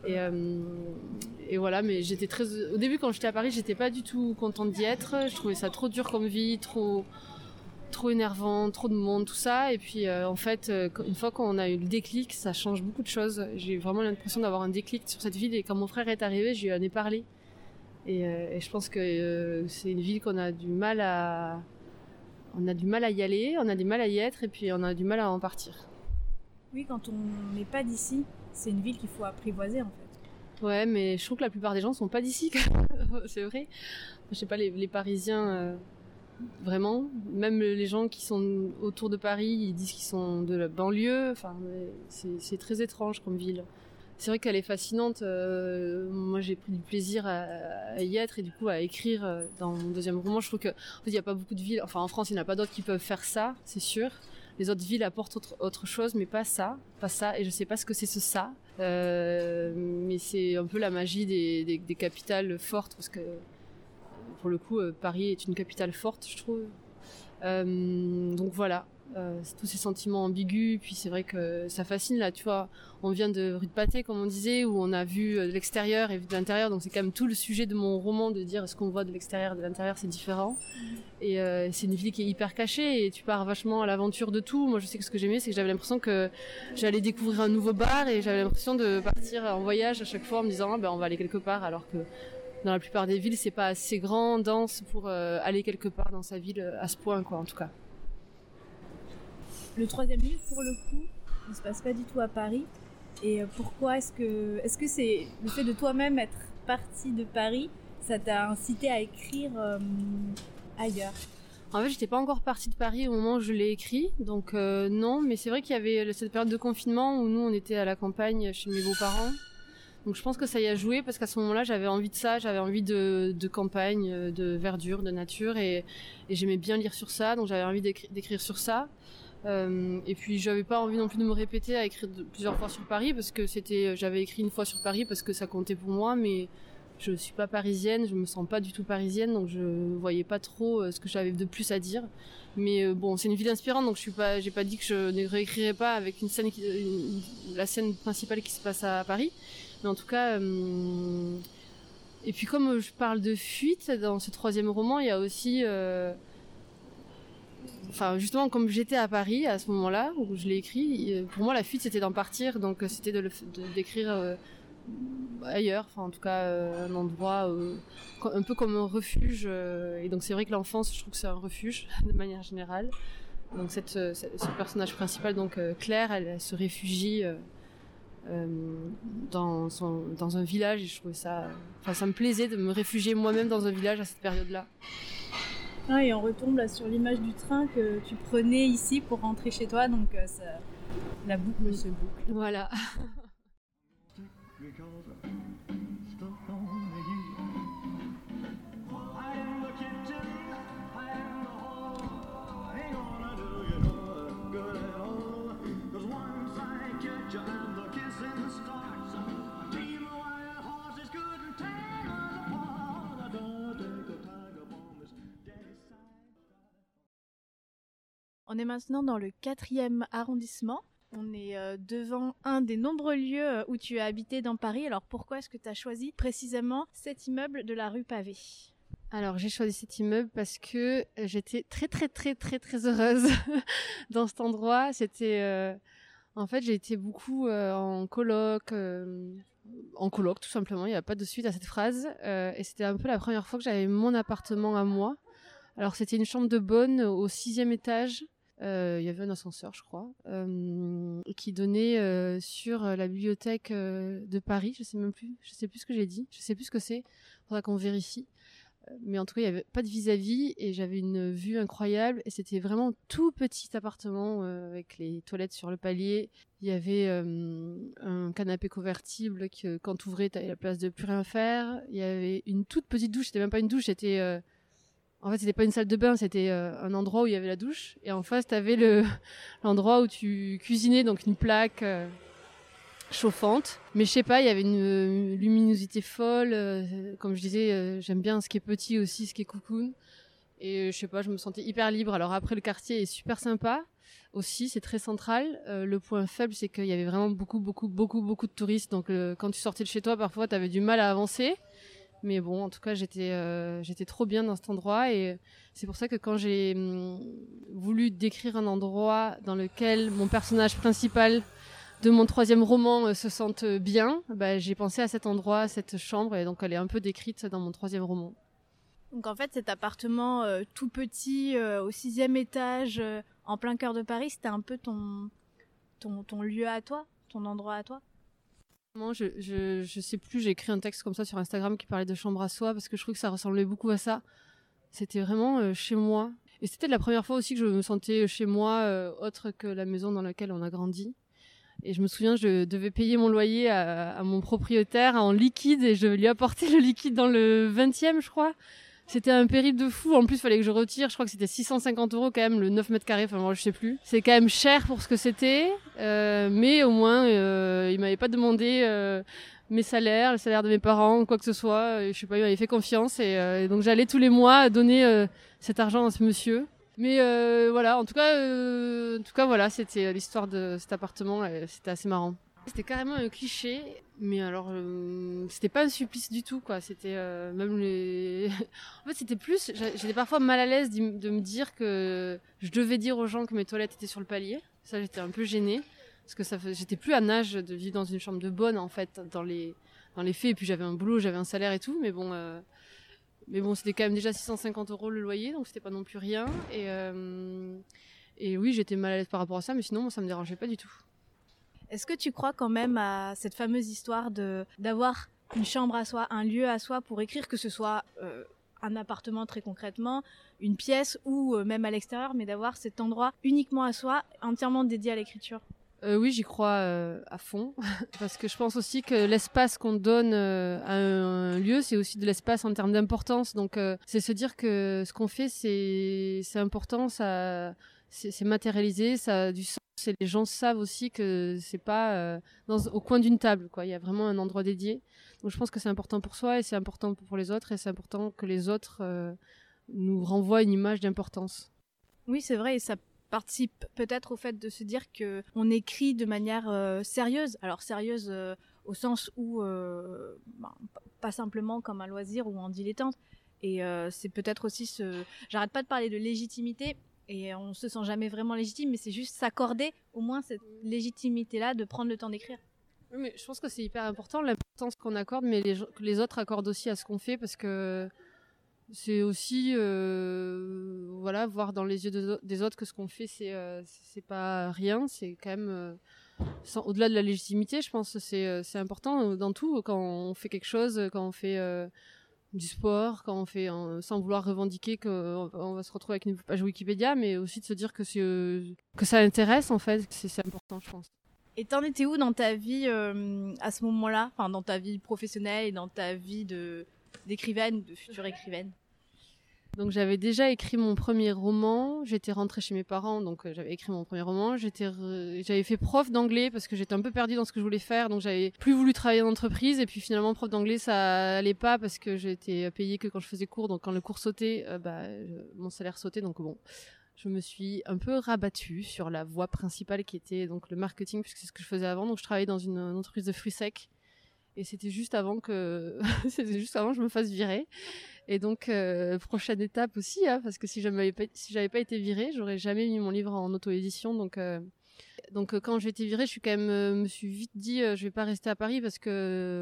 S2: Et voilà, mais au début, quand j'étais à Paris, j'étais pas du tout contente d'y être. Je trouvais ça trop dur comme vie, trop énervant, trop de monde, tout ça. Et puis en fait, une fois qu'on a eu le déclic, ça change beaucoup de choses. J'ai vraiment l'impression d'avoir un déclic sur cette ville, et quand mon frère est arrivé, je lui en ai parlé. Et je pense que c'est une ville qu'on a du mal à y aller, on a du mal à y être, et puis on a du mal à en partir.
S3: Oui, quand on n'est pas d'ici, c'est une ville qu'il faut apprivoiser en fait.
S2: Ouais, mais je trouve que la plupart des gens sont pas d'ici. C'est vrai. Je sais pas, les Parisiens, vraiment. Même les gens qui sont autour de Paris, ils disent qu'ils sont de la banlieue. Enfin, c'est très étrange comme ville. C'est vrai qu'elle est fascinante. Moi, j'ai pris du plaisir à y être, et du coup à écrire dans mon 2e roman. Je trouve que, en fait, il n'y a pas beaucoup de villes. Enfin, en France, il n'y en a pas d'autres qui peuvent faire ça, c'est sûr. Les autres villes apportent autre chose, mais pas ça. Et je sais pas ce que c'est ça. Mais c'est un peu la magie des capitales fortes, parce que pour le coup, Paris est une capitale forte, je trouve. Donc voilà. C'est tous ces sentiments ambigus, puis c'est vrai que ça fascine là, tu vois, on vient de rue de Pâté comme on disait, où on a vu de l'extérieur et vu de l'intérieur, donc c'est quand même tout le sujet de mon roman, de dire est-ce qu'on voit de l'extérieur, de l'intérieur, c'est différent. Et c'est une ville qui est hyper cachée, et tu pars vachement à l'aventure de tout. Moi je sais que ce que j'aimais, c'est que j'avais l'impression que j'allais découvrir un nouveau bar, et j'avais l'impression de partir en voyage à chaque fois en me disant on va aller quelque part, alors que dans la plupart des villes c'est pas assez grand, dense pour aller quelque part dans sa ville à ce point, quoi, en tout cas.
S3: Le 3e livre, pour le coup, ne se passe pas du tout à Paris. Et pourquoi est-ce que c'est le fait de toi-même être partie de Paris, ça t'a incité à écrire ailleurs?
S2: En fait, j'étais pas encore partie de Paris au moment où je l'ai écrit, donc non. Mais c'est vrai qu'il y avait cette période de confinement où nous, on était à la campagne chez mes beaux-parents. Donc je pense que ça y a joué parce qu'à ce moment-là, j'avais envie de ça, j'avais envie de campagne, de verdure, de nature et j'aimais bien lire sur ça, donc j'avais envie d'écrire sur ça. Et puis j'avais pas envie non plus de me répéter à écrire plusieurs fois sur Paris parce que j'avais écrit une fois sur Paris parce que ça comptait pour moi, mais je suis pas parisienne, je me sens pas du tout parisienne, donc je voyais pas trop ce que j'avais de plus à dire. Mais bon, c'est une ville inspirante, donc j'ai pas dit que je ne réécrirais pas avec une scène la scène principale qui se passe à Paris. Mais en tout cas, et puis comme je parle de fuite dans ce 3e roman, il y a aussi, justement comme j'étais à Paris à ce moment-là où je l'ai écrit, pour moi la fuite c'était d'en partir, donc c'était d'écrire ailleurs, en tout cas un endroit un peu comme un refuge, et donc c'est vrai que l'enfance, je trouve que c'est un refuge de manière générale. Donc ce personnage principal, donc Claire, elle se réfugie dans un village, et je trouvais ça me plaisait de me réfugier moi-même dans un village à cette période-là.
S3: Ah, et on retombe là sur l'image du train que tu prenais ici pour rentrer chez toi, donc la boucle se boucle.
S2: Voilà.
S1: On est maintenant dans le 4e arrondissement. On est devant un des nombreux lieux où tu as habité dans Paris. Alors pourquoi est-ce que tu as choisi précisément cet immeuble de la rue Pavée ?
S2: Alors j'ai choisi cet immeuble parce que j'étais très très très très très heureuse dans cet endroit. C'était en fait j'ai été beaucoup en coloc tout simplement. Il n'y a pas de suite à cette phrase. Et c'était un peu la première fois que j'avais mon appartement à moi. Alors c'était une chambre de bonne au 6e étage. Il y avait un ascenseur, je crois, qui donnait sur la bibliothèque de Paris. Je sais plus ce que j'ai dit, je sais plus ce que c'est. Faudra qu'on vérifie. Mais en tout cas, il y avait pas de vis-à-vis et j'avais une vue incroyable. Et c'était vraiment tout petit appartement avec les toilettes sur le palier. Il y avait un canapé convertible que quand tu ouvrais, t'avais la place de plus rien faire. Il y avait une toute petite douche. C'était même pas une douche, c'était en fait, c'était pas une salle de bain, c'était un endroit où il y avait la douche. Et en face, t'avais l'endroit où tu cuisinais, donc une plaque chauffante. Mais je sais pas, il y avait une luminosité folle. Comme je disais, j'aime bien ce qui est petit aussi, ce qui est cocoon. Et je sais pas, je me sentais hyper libre. Alors après, le quartier est super sympa aussi, c'est très central. Le point faible, c'est qu'il y avait vraiment beaucoup de touristes. Donc quand tu sortais de chez toi, parfois, t'avais du mal à avancer. Mais bon, en tout cas, j'étais trop bien dans cet endroit et c'est pour ça que quand j'ai voulu décrire un endroit dans lequel mon personnage principal de mon 3e roman se sente bien, j'ai pensé à cet endroit, à cette chambre, et donc elle est un peu décrite dans mon 3e roman.
S1: Donc en fait, cet appartement tout petit, au 6e étage, en plein cœur de Paris, c'était un peu ton lieu à toi, ton endroit à toi ?
S2: Moi, je sais plus, j'ai écrit un texte comme ça sur Instagram qui parlait de chambre à soi parce que je trouve que ça ressemblait beaucoup à ça. C'était vraiment chez moi. Et c'était la première fois aussi que je me sentais chez moi, autre que la maison dans laquelle on a grandi. Et je me souviens, je devais payer mon loyer à mon propriétaire en liquide et je devais lui apporter le liquide dans le 20e, je crois. C'était un périple de fou. En plus, il fallait que je retire. Je crois que c'était 650 € quand même, le 9 mètres carrés. Enfin, moi, je sais plus. C'est quand même cher pour ce que c'était. Mais au moins, il m'avait pas demandé mes salaires, le salaire de mes parents, quoi que ce soit. Je sais pas, il m'avait fait confiance. Et donc, j'allais tous les mois donner cet argent à ce monsieur. Mais voilà, en tout cas, voilà, c'était l'histoire de cet appartement. C'était assez marrant. C'était carrément un cliché, mais alors c'était pas un supplice du tout, quoi. C'était même les. En fait, c'était plus. J'étais parfois mal à l'aise de me dire que je devais dire aux gens que mes toilettes étaient sur le palier. Ça, j'étais un peu gênée parce que j'étais plus à âge de vivre dans une chambre de bonne, en fait, dans les faits. Et puis j'avais un boulot, j'avais un salaire et tout, mais bon. C'était quand même déjà 650 € le loyer, donc c'était pas non plus rien. Et oui, j'étais mal à l'aise par rapport à ça, mais sinon, moi, ça me dérangeait pas du tout.
S1: Est-ce que tu crois quand même à cette fameuse histoire d'avoir une chambre à soi, un lieu à soi pour écrire, que ce soit un appartement très concrètement, une pièce ou même à l'extérieur, mais d'avoir cet endroit uniquement à soi, entièrement dédié à l'écriture ?
S2: Oui, j'y crois à fond, parce que je pense aussi que l'espace qu'on donne à un lieu, c'est aussi de l'espace en termes d'importance. Donc, c'est se dire que ce qu'on fait, c'est important, c'est matérialisé, ça a du sens. Et les gens savent aussi que c'est pas au coin d'une table, quoi. Il y a vraiment un endroit dédié. Donc, je pense que c'est important pour soi et c'est important pour les autres et c'est important que les autres nous renvoient une image d'importance.
S3: Oui, c'est vrai, et ça participe peut-être au fait de se dire que on écrit de manière sérieuse. Alors sérieuse au sens où pas simplement comme un loisir ou en dilettante. Et c'est peut-être aussi J'arrête pas de parler de légitimité et on se sent jamais vraiment légitime, mais c'est juste s'accorder au moins cette légitimité-là de prendre le temps d'écrire.
S2: Oui, mais je pense que c'est hyper important l'importance qu'on accorde, mais que les autres accordent aussi à ce qu'on fait, parce que c'est aussi voilà, voir dans les yeux des autres que ce qu'on fait c'est pas rien, c'est quand même au-delà de la légitimité. Je pense que c'est important dans tout, quand on fait quelque chose, quand on fait du sport, quand on fait sans vouloir revendiquer qu'on va se retrouver avec une page Wikipédia, mais aussi de se dire que ça intéresse, en fait, c'est important, je pense.
S3: Et t'en étais où dans ta vie à ce moment-là, enfin dans ta vie professionnelle et dans ta vie d'écrivaine, de future écrivaine?
S2: Donc j'avais déjà écrit mon premier roman, j'étais rentrée chez mes parents, donc j'avais écrit mon premier roman, j'avais fait prof d'anglais parce que j'étais un peu perdue dans ce que je voulais faire, donc j'avais plus voulu travailler en entreprise, et puis finalement prof d'anglais ça allait pas parce que j'étais payée que quand je faisais cours, donc quand le cours sautait, mon salaire sautait, donc bon, je me suis un peu rabattue sur la voie principale qui était donc le marketing, puisque c'est ce que je faisais avant. Donc je travaillais dans une entreprise de fruits secs, et c'était juste avant que je me fasse virer. Et donc, prochaine étape aussi, hein, parce que si j'avais pas été virée, j'aurais jamais mis mon livre en auto-édition. Donc, quand j'ai été virée, me suis vite dit, je vais pas rester à Paris parce que,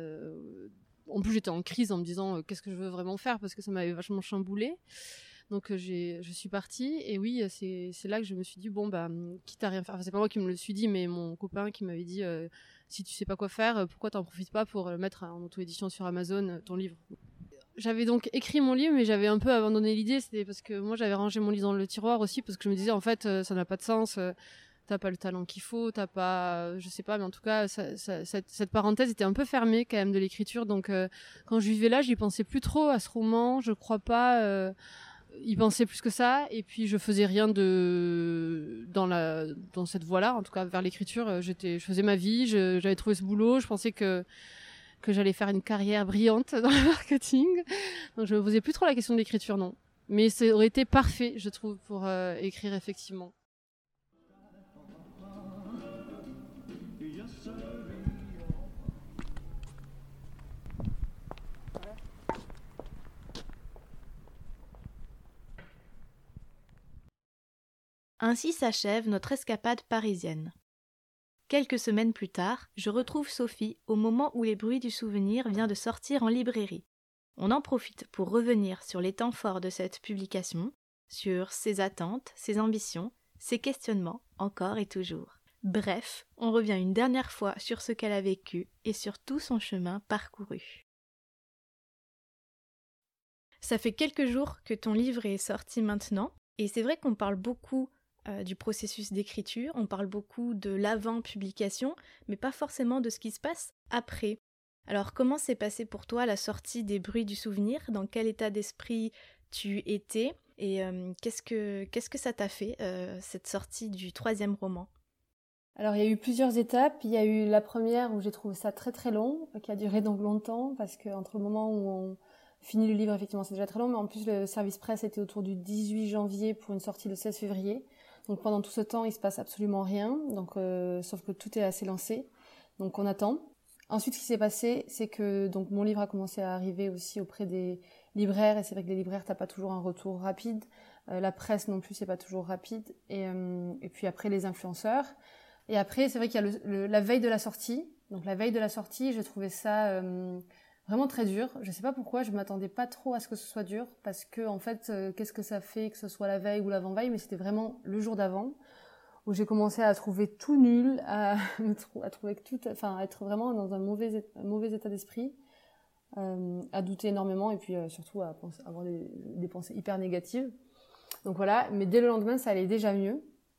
S2: en plus, j'étais en crise en me disant, qu'est-ce que je veux vraiment faire, parce que ça m'avait vachement chamboulée. Donc, je suis partie, et oui, c'est là que je me suis dit, bon, quitte à rien faire. Enfin, c'est pas moi qui me le suis dit, mais mon copain qui m'avait dit, si tu sais pas quoi faire, pourquoi t'en profites pas pour mettre en auto-édition sur Amazon ton livre? J'avais donc écrit mon livre, mais j'avais un peu abandonné l'idée. C'était parce que moi, j'avais rangé mon livre dans le tiroir aussi, parce que je me disais, en fait, ça n'a pas de sens. T'as pas le talent qu'il faut, t'as pas, je sais pas, mais en tout cas, cette parenthèse était un peu fermée quand même de l'écriture. Donc, quand je vivais là, j'y pensais plus trop à ce roman. Je crois pas y penser plus que ça. Et puis, je faisais rien dans cette voie-là, en tout cas vers l'écriture. Je faisais ma vie. J'avais trouvé ce boulot. Je pensais que j'allais faire une carrière brillante dans le marketing. Donc je me posais plus trop la question de l'écriture, non. Mais ça aurait été parfait, je trouve, pour écrire, effectivement.
S1: Ainsi s'achève notre escapade parisienne. Quelques semaines plus tard, je retrouve Sophie au moment où Les Bruits du Souvenir vient de sortir en librairie. On en profite pour revenir sur les temps forts de cette publication, sur ses attentes, ses ambitions, ses questionnements, encore et toujours. Bref, on revient une dernière fois sur ce qu'elle a vécu et sur tout son chemin parcouru. Ça fait quelques jours que ton livre est sorti maintenant, et c'est vrai qu'on parle beaucoup du processus d'écriture, on parle beaucoup de l'avant-publication, mais pas forcément de ce qui se passe après. Alors comment s'est passé pour toi la sortie des Bruits du Souvenir? Dans quel état d'esprit tu étais? Et qu'est-ce que ça t'a fait, cette sortie du 3e roman?
S2: Alors il y a eu plusieurs étapes. Il y a eu la première où j'ai trouvé ça très très long, qui a duré donc longtemps, parce qu'entre le moment où on finit le livre, effectivement c'est déjà très long, mais en plus le service presse était autour du 18 janvier pour une sortie le 16 février. Donc pendant tout ce temps, il se passe absolument rien, donc sauf que tout est assez lancé, donc on attend. Ensuite, ce qui s'est passé, c'est que donc mon livre a commencé à arriver aussi auprès des libraires, et c'est vrai que les libraires, t'as pas toujours un retour rapide. La presse non plus, c'est pas toujours rapide. Et puis après, les influenceurs. Et après, c'est vrai qu'il y a la veille de la sortie. Donc la veille de la sortie, j'ai trouvé ça vraiment très dur. Je sais pas pourquoi, je m'attendais pas trop à ce que ce soit dur, parce que en fait, qu'est-ce que ça fait que ce soit la veille ou l'avant-veille, mais c'était vraiment le jour d'avant, où j'ai commencé à trouver tout nul, à trouver que tout, enfin, à être vraiment dans un mauvais état d'esprit, à douter énormément, et puis surtout à avoir des pensées hyper négatives. Donc voilà, mais dès le lendemain, ça allait déjà mieux.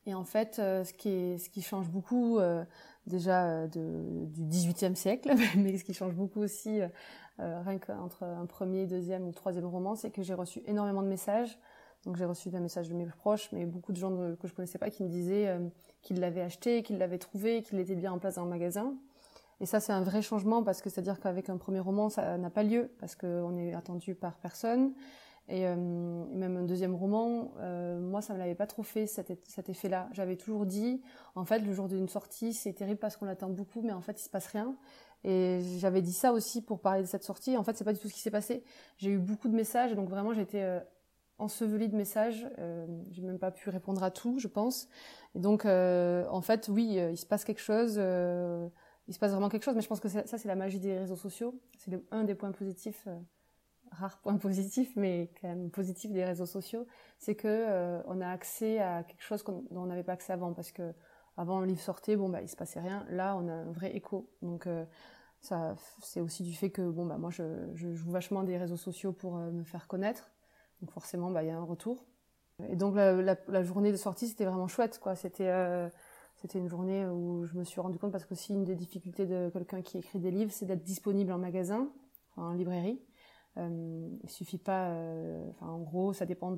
S2: Et en fait, ce qui change beaucoup, déjà du XVIIIe siècle, mais ce qui change beaucoup aussi, rien qu'entre un premier, deuxième ou troisième roman, c'est que j'ai reçu énormément de messages. Donc j'ai reçu des messages de mes proches, mais beaucoup de gens que je connaissais pas qui me disaient qu'ils l'avaient acheté, qu'ils l'avaient trouvé, qu'il était bien en place dans le magasin. Et ça, c'est un vrai changement parce que c'est-à-dire qu'avec un premier roman, ça n'a pas lieu parce qu'on est attendu par personne. Et même un deuxième roman, moi, ça me l'avait pas trop fait cet effet-là. J'avais toujours dit, en fait, le jour d'une sortie, c'est terrible parce qu'on l'attend beaucoup, mais en fait, il se passe rien. Et j'avais dit ça aussi pour parler de cette sortie. En fait, c'est pas du tout ce qui s'est passé. J'ai eu beaucoup de messages, et donc vraiment, j'étais ensevelie de messages. J'ai même pas pu répondre à tout, je pense. Et donc, en fait, oui, il se passe quelque chose. Il se passe vraiment quelque chose, mais je pense que ça, c'est la magie des réseaux sociaux. C'est un des points positifs, rare point positif, mais quand même positif des réseaux sociaux, c'est que on a accès à quelque chose dont on n'avait pas accès avant, parce que avant un livre sortait, il se passait rien. Là, on a un vrai écho. Donc ça, c'est aussi du fait que moi, je joue vachement des réseaux sociaux pour me faire connaître. Donc forcément, il y a un retour. Et donc la journée de sortie, c'était vraiment chouette, quoi. C'était une journée où je me suis rendu compte, parce que aussi une des difficultés de quelqu'un qui écrit des livres, c'est d'être disponible en magasin, en librairie. Il suffit pas, en gros, ça dépend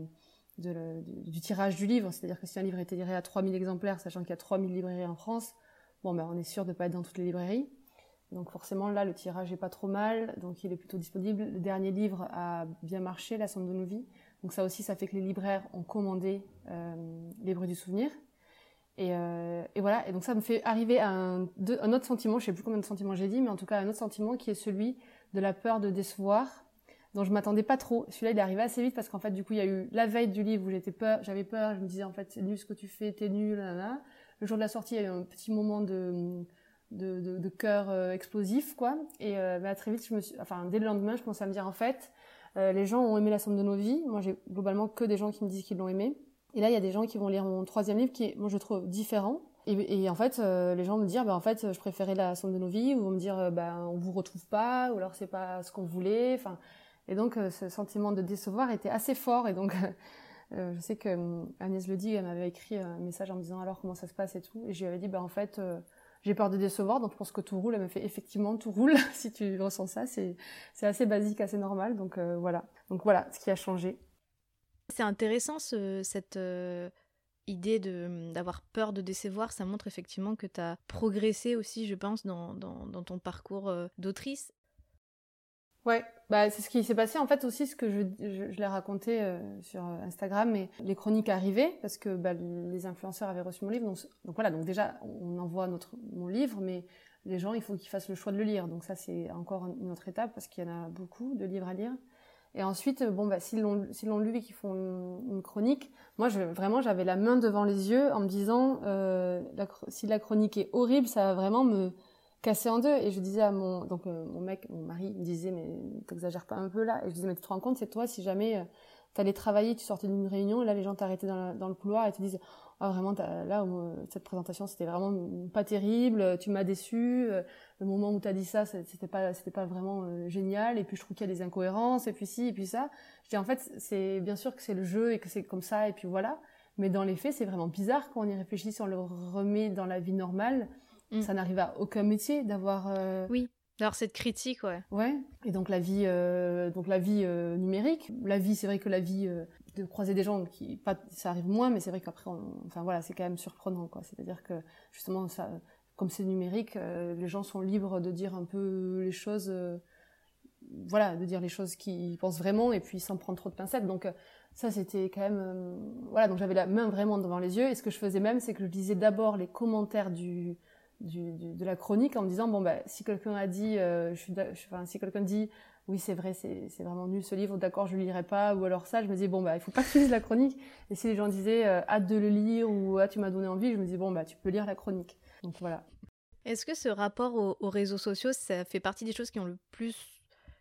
S2: du tirage du livre. C'est-à-dire que si un livre est tiré à 3000 exemplaires, sachant qu'il y a 3000 librairies en France, on est sûr de pas être dans toutes les librairies. Donc forcément, là, le tirage est pas trop mal, donc il est plutôt disponible. Le dernier livre a bien marché, La Somme de nos vies. Donc ça aussi, ça fait que les libraires ont commandé Les Bruits du souvenir. Et voilà. Et donc ça me fait arriver à un autre sentiment, je sais plus combien de sentiments j'ai dit, mais en tout cas un autre sentiment qui est celui de la peur de décevoir, dont je m'attendais pas trop. Celui-là, il est arrivé assez vite parce qu'en fait, du coup, il y a eu la veille du livre où j'avais peur, je me disais en fait, c'est nul ce que tu fais, t'es nul, là. Le jour de la sortie, il y a eu un petit moment de cœur explosif, quoi. Et très vite, dès le lendemain, je commençais à me dire en fait, les gens ont aimé La Somme de nos vies. Moi, j'ai globalement que des gens qui me disent qu'ils l'ont aimé. Et là, il y a des gens qui vont lire mon troisième livre qui est, moi, je trouve différent. Et en fait, les gens me disent, en fait, je préférais La Somme de nos vies, ou vont me dire, on vous retrouve pas, ou alors c'est pas ce qu'on voulait. Enfin, et donc, ce sentiment de décevoir était assez fort. Et donc, je sais que Agnès Ledy, elle m'avait écrit un message en me disant, alors comment ça se passe et tout. Et je lui avais dit, en fait, j'ai peur de décevoir, donc je pense que tout roule. Elle m'a fait, effectivement, tout roule. Si tu ressens ça, c'est assez basique, assez normal. Donc voilà. Donc voilà, ce qui a changé.
S1: C'est intéressant cette idée d'avoir peur de décevoir. Ça montre effectivement que tu as progressé aussi, je pense, dans ton parcours d'autrice. Ouais,
S2: c'est ce qui s'est passé en fait aussi, ce que je l'ai raconté sur Instagram, mais les chroniques arrivaient parce que les influenceurs avaient reçu mon livre. Donc voilà, donc déjà on envoie mon livre, mais les gens, il faut qu'ils fassent le choix de le lire. Donc ça, c'est encore une autre étape parce qu'il y en a beaucoup de livres à lire. Et ensuite, s'ils l'ont lu et qu'ils font une chronique, moi, vraiment, j'avais la main devant les yeux en me disant, si la chronique est horrible, ça va vraiment me casser en deux. Et je disais à mon mari, me disait, mais t'exagères pas un peu là? Et je disais, mais tu te rends compte, c'est toi, si jamais t'allais travailler, tu sortais d'une réunion, et là, les gens t'arrêtaient dans le couloir et te disent, ah, vraiment, là, cette présentation, c'était vraiment pas terrible, tu m'as déçu, le moment où t'as dit ça, c'était pas vraiment génial, et puis je trouve qu'il y a des incohérences, et puis ci, et puis ça. Je dis, en fait, c'est bien sûr que c'est le jeu et que c'est comme ça, et puis voilà. Mais dans les faits, c'est vraiment bizarre quand on y réfléchit, si on le remet dans la vie normale. Ça n'arrive à aucun métier d'avoir...
S1: Oui, d'avoir cette critique, ouais.
S2: Ouais, et donc la vie numérique. La vie, c'est vrai que la vie de croiser des gens, ça arrive moins, mais c'est vrai qu'après, c'est quand même surprenant, quoi. C'est-à-dire que, justement, ça, comme c'est numérique, les gens sont libres de dire un peu les choses... de dire les choses qu'ils pensent vraiment, et puis sans prendre trop de pincettes. Donc ça, c'était quand même... donc j'avais la main vraiment devant les yeux, et ce que je faisais même, c'est que je lisais d'abord les commentaires de la chronique en me disant si quelqu'un a dit si quelqu'un dit oui c'est vrai, c'est vraiment nul ce livre, d'accord, je le lirai pas, ou alors ça, je me disais il faut pas que tu lises la chronique. Et si les gens disaient hâte de le lire, ou tu m'as donné envie, je me disais tu peux lire la chronique. Donc voilà.
S1: Est-ce que ce rapport aux réseaux sociaux, ça fait partie des choses qui ont le plus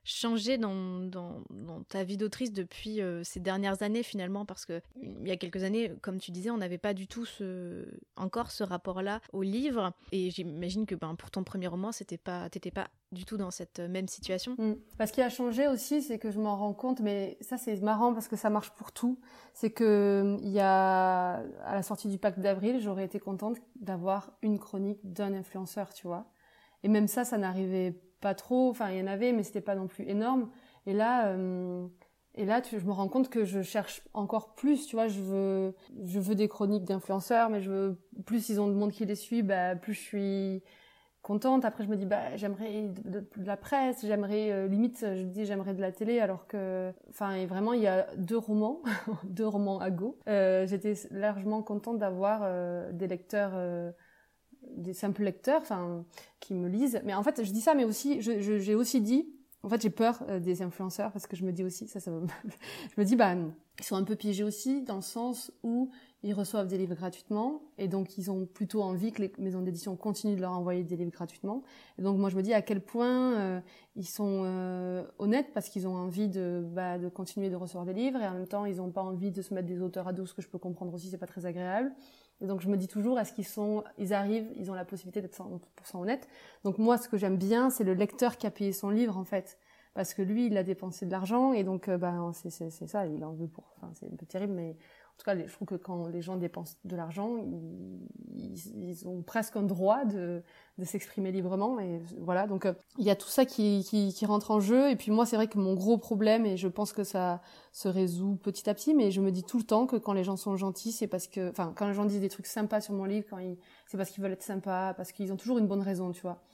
S1: changé dans ta vie d'autrice depuis ces dernières années finalement, parce que il y a quelques années, comme tu disais, on n'avait pas du tout encore ce rapport-là au livre, et j'imagine que pour ton premier roman, t'étais pas du tout dans cette même situation.
S2: Ce qui a changé aussi, c'est que je m'en rends compte, mais ça c'est marrant parce que ça marche pour tout, c'est que à la sortie du Pacte d'Avril, j'aurais été contente d'avoir une chronique d'un influenceur, tu vois. Et même ça n'arrivait pas trop, enfin il y en avait, mais c'était pas non plus énorme. Et là, je me rends compte que je cherche encore plus, tu vois, je veux des chroniques d'influenceurs, mais plus ils ont de monde qui les suit, plus je suis contente. Après, je me dis, j'aimerais de la presse, j'aimerais, limite, je dis, j'aimerais de la télé, alors que, et vraiment, il y a 2 romans, 2 romans à go. J'étais largement contente d'avoir des lecteurs, des simples lecteurs, qui me lisent. Mais en fait, je dis ça, mais aussi, j'ai aussi dit, en fait, j'ai peur des influenceurs, parce que je me dis aussi, je me dis, ils sont un peu piégés aussi, dans le sens où ils reçoivent des livres gratuitement, et donc ils ont plutôt envie que les maisons d'édition continuent de leur envoyer des livres gratuitement. Et donc moi je me dis à quel point ils sont honnêtes, parce qu'ils ont envie de continuer de recevoir des livres, et en même temps ils n'ont pas envie de se mettre des auteurs à dos, ce que je peux comprendre aussi, c'est pas très agréable. Et donc je me dis toujours, est-ce ils ont la possibilité d'être 100% honnêtes. Donc moi ce que j'aime bien, c'est le lecteur qui a payé son livre en fait. Parce que lui, il a dépensé de l'argent, et donc c'est ça, il en veut c'est un peu terrible, mais en tout cas, je trouve que quand les gens dépensent de l'argent, ils ont presque un droit de s'exprimer librement, et voilà. Donc il y a tout ça qui rentre en jeu, et puis moi, c'est vrai que mon gros problème, et je pense que ça se résout petit à petit, mais je me dis tout le temps que quand les gens sont gentils, c'est parce que, quand les gens disent des trucs sympas sur mon livre, c'est parce qu'ils veulent être sympas, parce qu'ils ont toujours une bonne raison, tu vois.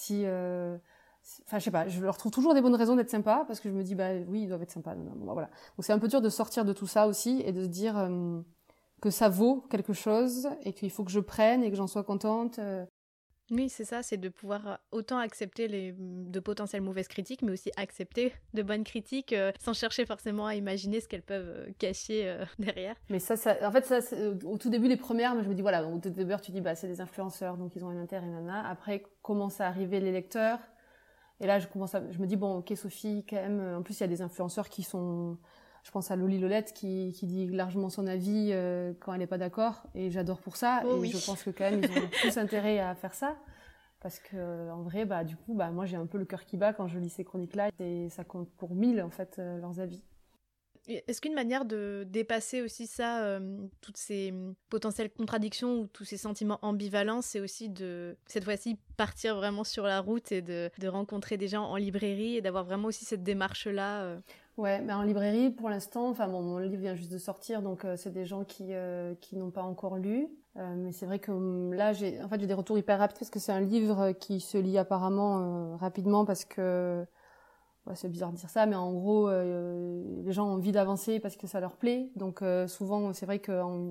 S2: Je sais pas, je leur trouve toujours des bonnes raisons d'être sympas, parce que je me dis, oui, ils doivent être sympas. Voilà. Donc c'est un peu dur de sortir de tout ça aussi, et de se dire que ça vaut quelque chose, et qu'il faut que je prenne, et que j'en sois contente.
S1: Oui, c'est ça, c'est de pouvoir autant accepter de potentielles mauvaises critiques, mais aussi accepter de bonnes critiques, sans chercher forcément à imaginer ce qu'elles peuvent cacher derrière.
S2: Mais en fait, au tout début, les premières, je me dis, voilà, au début, tu dis, c'est des influenceurs, donc ils ont un intérêt, nana. Après, commencent à arriver les lecteurs. Et là, je me dis, bon, ok, Sophie, quand même, en plus, il y a des influenceurs qui sont, je pense à Loli Lolette, qui dit largement son avis quand elle n'est pas d'accord, et j'adore pour ça, Je pense que quand même, ils ont tous intérêt à faire ça, parce que, en vrai, du coup, moi, j'ai un peu le cœur qui bat quand je lis ces chroniques-là, et ça compte pour 1000, en fait, leurs avis.
S1: Est-ce qu'une manière de dépasser aussi ça, toutes ces potentielles contradictions ou tous ces sentiments ambivalents, c'est aussi de, cette fois-ci, partir vraiment sur la route et de rencontrer des gens en librairie, et d'avoir vraiment aussi cette démarche-là
S2: Ouais, mais en librairie, pour l'instant, mon livre vient juste de sortir, donc c'est des gens qui n'ont pas encore lu. Mais c'est vrai que là, j'ai des retours hyper rapides, parce que c'est un livre qui se lit apparemment rapidement, parce que... Ouais, c'est bizarre de dire ça, mais en gros, les gens ont envie d'avancer parce que ça leur plaît. Donc souvent, c'est vrai que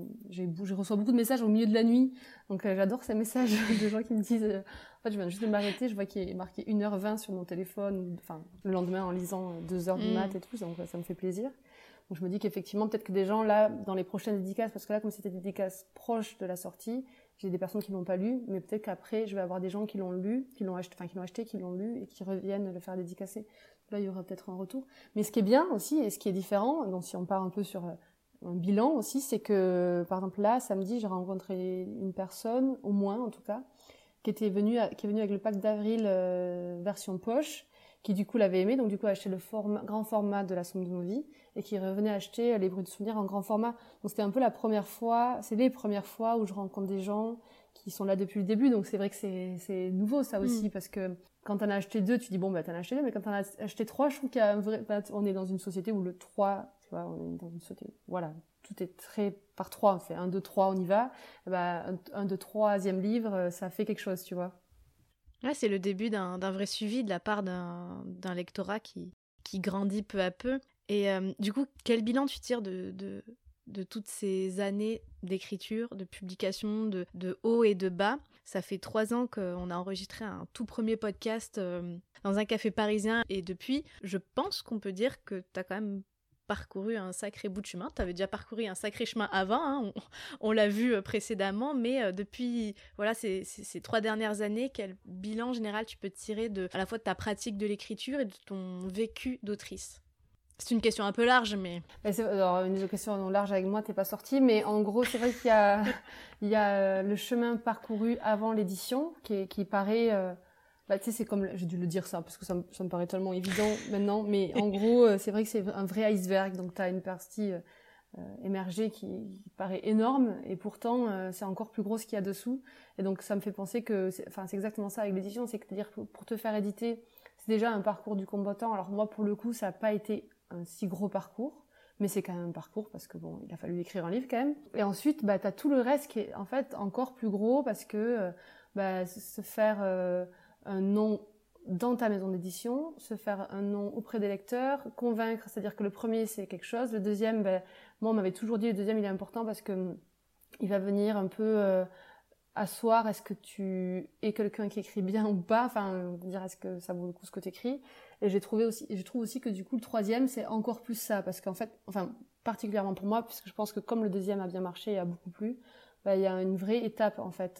S2: je reçois beaucoup de messages au milieu de la nuit. Donc j'adore ces messages de gens qui me disent en fait, je viens juste de m'arrêter, je vois qu'il est marqué 1h20 sur mon téléphone, le lendemain en lisant 2h du mat et tout, donc ça me fait plaisir. Donc je me dis qu'effectivement, peut-être que des gens là, dans les prochaines dédicaces, parce que là, comme c'était des dédicaces proches de la sortie, j'ai des personnes qui l'ont pas lu, mais peut-être qu'après, je vais avoir des gens qui l'ont lu, qui l'ont acheté, qui l'ont lu, et qui reviennent le faire dédicacer. Là, il y aura peut-être un retour. Mais ce qui est bien aussi, et ce qui est différent, donc si on part un peu sur un bilan aussi, c'est que, par exemple, là, samedi, j'ai rencontré une personne, au moins, en tout cas, qui est venue avec le Pacte d'Avril version poche, qui du coup l'avait aimé, donc du coup a acheté le grand format de La Somme de nos vies, et qui revenait acheter les Bruits de souvenirs en grand format. Donc c'était un peu les premières fois où je rencontre des gens qui sont là depuis le début, donc c'est vrai que c'est nouveau ça aussi, parce que quand t'en as acheté 2, tu dis bon, t'en as acheté 2, mais quand t'en as acheté 3, je trouve qu'il y a un vrai, on est dans une société où le 3, tu vois, on est dans une société, voilà, tout est très par 3, on fait 1, 2, 3, on y va, un 2, 3e livre, ça fait quelque chose, tu vois.
S1: Ouais, c'est le début d'un vrai suivi de la part d'un lectorat qui grandit peu à peu. Et du coup, quel bilan tu tires de toutes ces années d'écriture, de publication, de haut et de bas? Ça fait 3 ans qu'on a enregistré un tout premier podcast dans un café parisien, et depuis, je pense qu'on peut dire que t'as quand même parcouru un sacré bout de chemin. Tu avais déjà parcouru un sacré chemin avant, hein, on l'a vu précédemment, mais depuis ces 3 dernières années, quel bilan général tu peux tirer à la fois de ta pratique de l'écriture et de ton vécu d'autrice? C'est une question un peu large, mais...
S2: Alors, une question large avec moi, t'es pas sortie, mais en gros, c'est vrai qu'il y a le chemin parcouru avant l'édition qui paraît... tu sais, c'est comme... J'ai dû le dire ça, parce que ça me paraît tellement évident maintenant, mais en gros, c'est vrai que c'est un vrai iceberg, donc t'as une partie émergée qui paraît énorme, et pourtant, c'est encore plus gros ce qu'il y a dessous. Et donc, ça me fait penser que... c'est exactement ça avec l'édition, c'est-à-dire que pour te faire éditer, c'est déjà un parcours du combattant. Alors moi, pour le coup, ça n'a pas été un si gros parcours, mais c'est quand même un parcours parce que bon, il a fallu écrire un livre quand même. Et ensuite, t'as tout le reste qui est en fait encore plus gros parce que se faire un nom dans ta maison d'édition, se faire un nom auprès des lecteurs, convaincre, c'est-à-dire que le premier c'est quelque chose, le deuxième, moi on m'avait toujours dit le deuxième il est important parce que il va venir un peu asseoir est-ce que tu es quelqu'un qui écrit bien ou pas, enfin dire est-ce que ça vaut le coup ce que tu écris. Et je trouve aussi que du coup le troisième c'est encore plus ça parce qu'en fait, enfin particulièrement pour moi puisque je pense que comme le deuxième a bien marché et a beaucoup plu, il y a une vraie étape en fait,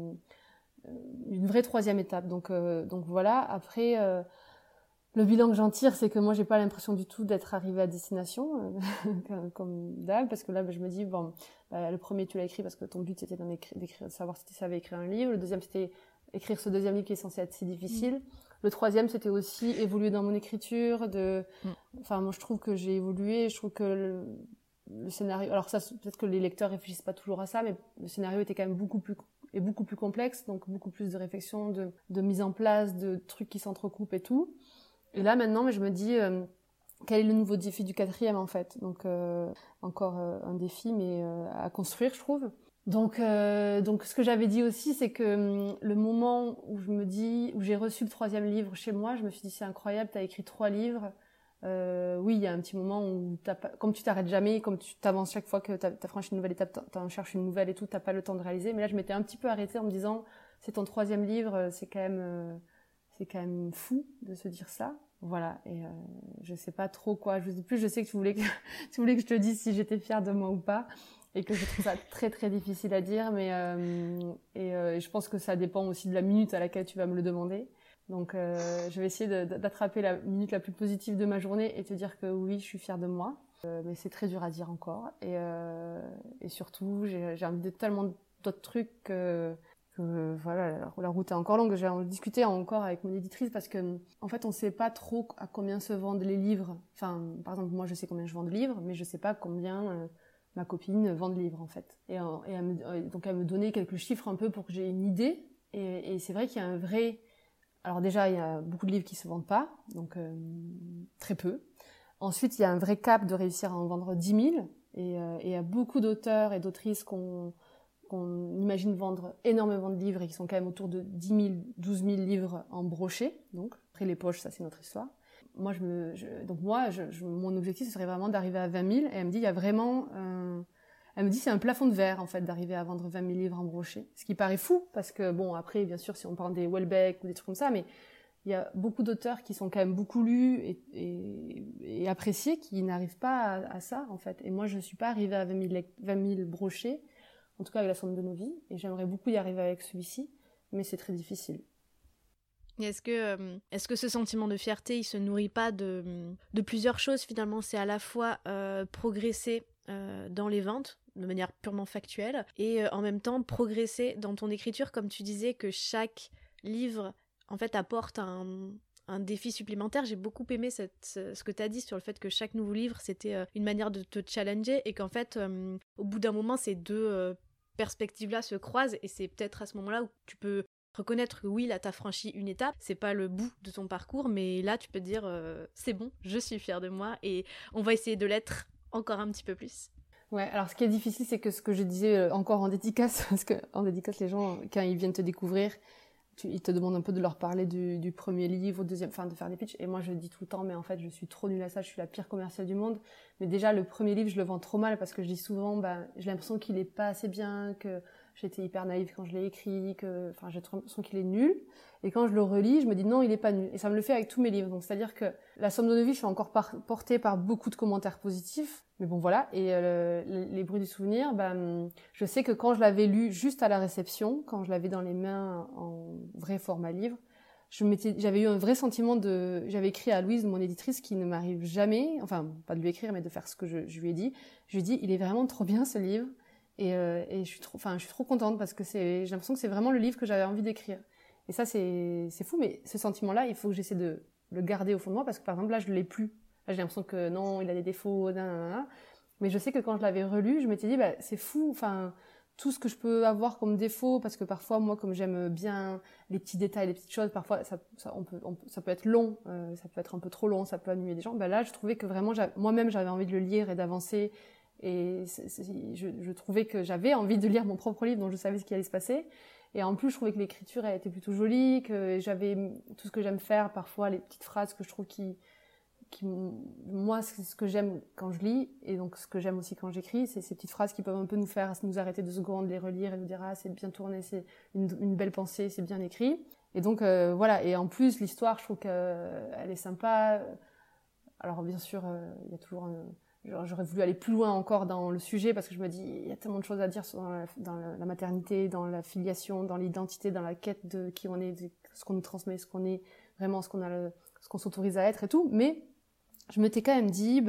S2: une vraie troisième étape. Donc voilà. Après le bilan que j'en tire, c'est que moi j'ai pas l'impression du tout d'être arrivée à destination comme d'hab, parce que là je me dis le premier tu l'as écrit parce que ton but c'était d'écrire, de savoir si tu savais écrire un livre, le deuxième c'était écrire ce deuxième livre qui est censé être si difficile, le troisième c'était aussi évoluer dans mon écriture, enfin moi je trouve que j'ai évolué, je trouve que le scénario, alors ça peut-être que les lecteurs réfléchissent pas toujours à ça, mais le scénario était quand même beaucoup plus complexe, donc beaucoup plus de réflexion, de mise en place, de trucs qui s'entrecoupent et tout. Et là, maintenant, je me dis, quel est le nouveau défi du quatrième, en fait? Donc, encore un défi, mais à construire, je trouve. Donc, ce que j'avais dit aussi, c'est que le moment où j'ai reçu le troisième livre chez moi, je me suis dit, c'est incroyable, t'as écrit 3 livres. Oui, il y a un petit moment où comme tu t'arrêtes jamais, comme tu t'avances chaque fois que t'as franchi une nouvelle étape, t'en cherches une nouvelle et tout, t'as pas le temps de réaliser. Mais là, je m'étais un petit peu arrêtée en me disant, c'est ton troisième livre, c'est quand même fou de se dire ça. Voilà. Et je sais pas trop quoi. Je sais que tu voulais que je te dise si j'étais fière de moi ou pas, et que je trouve ça très très difficile à dire. Mais je pense que ça dépend aussi de la minute à laquelle tu vas me le demander. Donc, je vais essayer d'attraper la minute la plus positive de ma journée et te dire que oui, je suis fière de moi. Mais c'est très dur à dire encore. Et surtout, j'ai envie de tellement d'autres trucs que voilà, la route est encore longue. J'ai discuté encore avec mon éditrice parce que, en fait, on sait pas trop à combien se vendent les livres. Enfin, par exemple, moi, je sais combien je vends de livres, mais je sais pas combien ma copine vend de livres, en fait. Donc, elle me donnait quelques chiffres un peu pour que j'ai une idée. Et c'est vrai qu'il y a un vrai... Alors déjà, il y a beaucoup de livres qui se vendent pas, donc très peu. Ensuite, il y a un vrai cap de réussir à en vendre 10 000. Et il y a beaucoup d'auteurs et d'autrices qu'on imagine vendre énormément de livres et qui sont quand même autour de 10 000, 12 000 livres en brochet. Donc, après les poches, ça c'est notre histoire. Moi, mon objectif, ce serait vraiment d'arriver à 20 000. Et elle me dit, il y a vraiment... Elle me dit, c'est un plafond de verre, en fait, d'arriver à vendre 20 000 livres en brochet. Ce qui paraît fou, parce que, bon, après, bien sûr, si on parle des Houellebecq ou des trucs comme ça, mais il y a beaucoup d'auteurs qui sont quand même beaucoup lus et appréciés qui n'arrivent pas à ça, en fait. Et moi, je ne suis pas arrivée à 20 000 brochets, en tout cas avec la Somme de nos vies, et j'aimerais beaucoup y arriver avec celui-ci, mais c'est très difficile.
S1: Et est-ce que ce sentiment de fierté, il se nourrit pas de plusieurs choses, finalement? C'est à la fois progresser dans les ventes, de manière purement factuelle, et en même temps progresser dans ton écriture, comme tu disais que chaque livre en fait apporte un défi supplémentaire. J'ai beaucoup aimé ce que tu as dit sur le fait que chaque nouveau livre c'était une manière de te challenger, et qu'en fait au bout d'un moment ces deux perspectives-là se croisent, et c'est peut-être à ce moment-là où tu peux reconnaître que oui, là t'as franchi une étape, c'est pas le bout de ton parcours, mais là tu peux te dire c'est bon, je suis fière de moi et on va essayer de l'être encore un petit peu plus.
S2: Ouais, alors ce qui est difficile, c'est que ce que je disais encore en dédicace, parce qu'en dédicace, les gens, quand ils viennent te découvrir, ils te demandent un peu de leur parler du premier livre, au deuxième, enfin de faire des pitchs. Et moi, je dis tout le temps, mais en fait, je suis trop nulle à ça, je suis la pire commerciale du monde. Mais déjà, le premier livre, je le vends trop mal parce que je dis souvent, j'ai l'impression qu'il est pas assez bien, que j'étais hyper naïve quand je l'ai écrit, j'ai l'impression qu'il est nul. Et quand je le relis, je me dis non, il est pas nul. Et ça me le fait avec tous mes livres. Donc, c'est-à-dire que La Somme de nos vies, je suis encore portée par beaucoup de commentaires positifs. Mais bon, voilà. Et les bruits du souvenir, je sais que quand je l'avais lu juste à la réception, quand je l'avais dans les mains en vrai format livre, j'avais eu un vrai sentiment j'avais écrit à Louise, mon éditrice, qui ne m'arrive jamais, enfin, pas de lui écrire, mais de faire ce que je lui ai dit. Je lui ai dit, il est vraiment trop bien, ce livre. Et je suis trop contente parce que j'ai l'impression que c'est vraiment le livre que j'avais envie d'écrire. Et ça, c'est fou, mais ce sentiment-là, il faut que j'essaie de le garder au fond de moi parce que, par exemple, là, je l'ai plus. Là, j'ai l'impression que non, il a des défauts, nanana. Mais je sais que quand je l'avais relu, je m'étais dit, c'est fou, enfin, tout ce que je peux avoir comme défaut, parce que parfois, moi, comme j'aime bien les petits détails, les petites choses, parfois, ça peut être long, ça peut être un peu trop long, ça peut ennuyer des gens. Là, je trouvais que vraiment, moi-même, j'avais envie de le lire et d'avancer. Et je trouvais que j'avais envie de lire mon propre livre, donc je savais ce qui allait se passer. Et en plus, je trouvais que l'écriture elle était plutôt jolie, que j'avais tout ce que j'aime faire, parfois les petites phrases que je trouve moi, c'est ce que j'aime quand je lis, et donc ce que j'aime aussi quand j'écris, c'est ces petites phrases qui peuvent un peu nous arrêter 2 secondes, les relire et nous dire c'est bien tourné, c'est une belle pensée, c'est bien écrit. Et donc voilà. Et en plus, l'histoire, je trouve qu'elle est sympa. Alors bien sûr, il y a toujours j'aurais voulu aller plus loin encore dans le sujet parce que je me dis il y a tellement de choses à dire dans la maternité, dans la filiation, dans l'identité, dans la quête de qui on est, de ce qu'on nous transmet, ce qu'on est vraiment, ce qu'on s'autorise à être et tout. Mais je m'étais quand même dit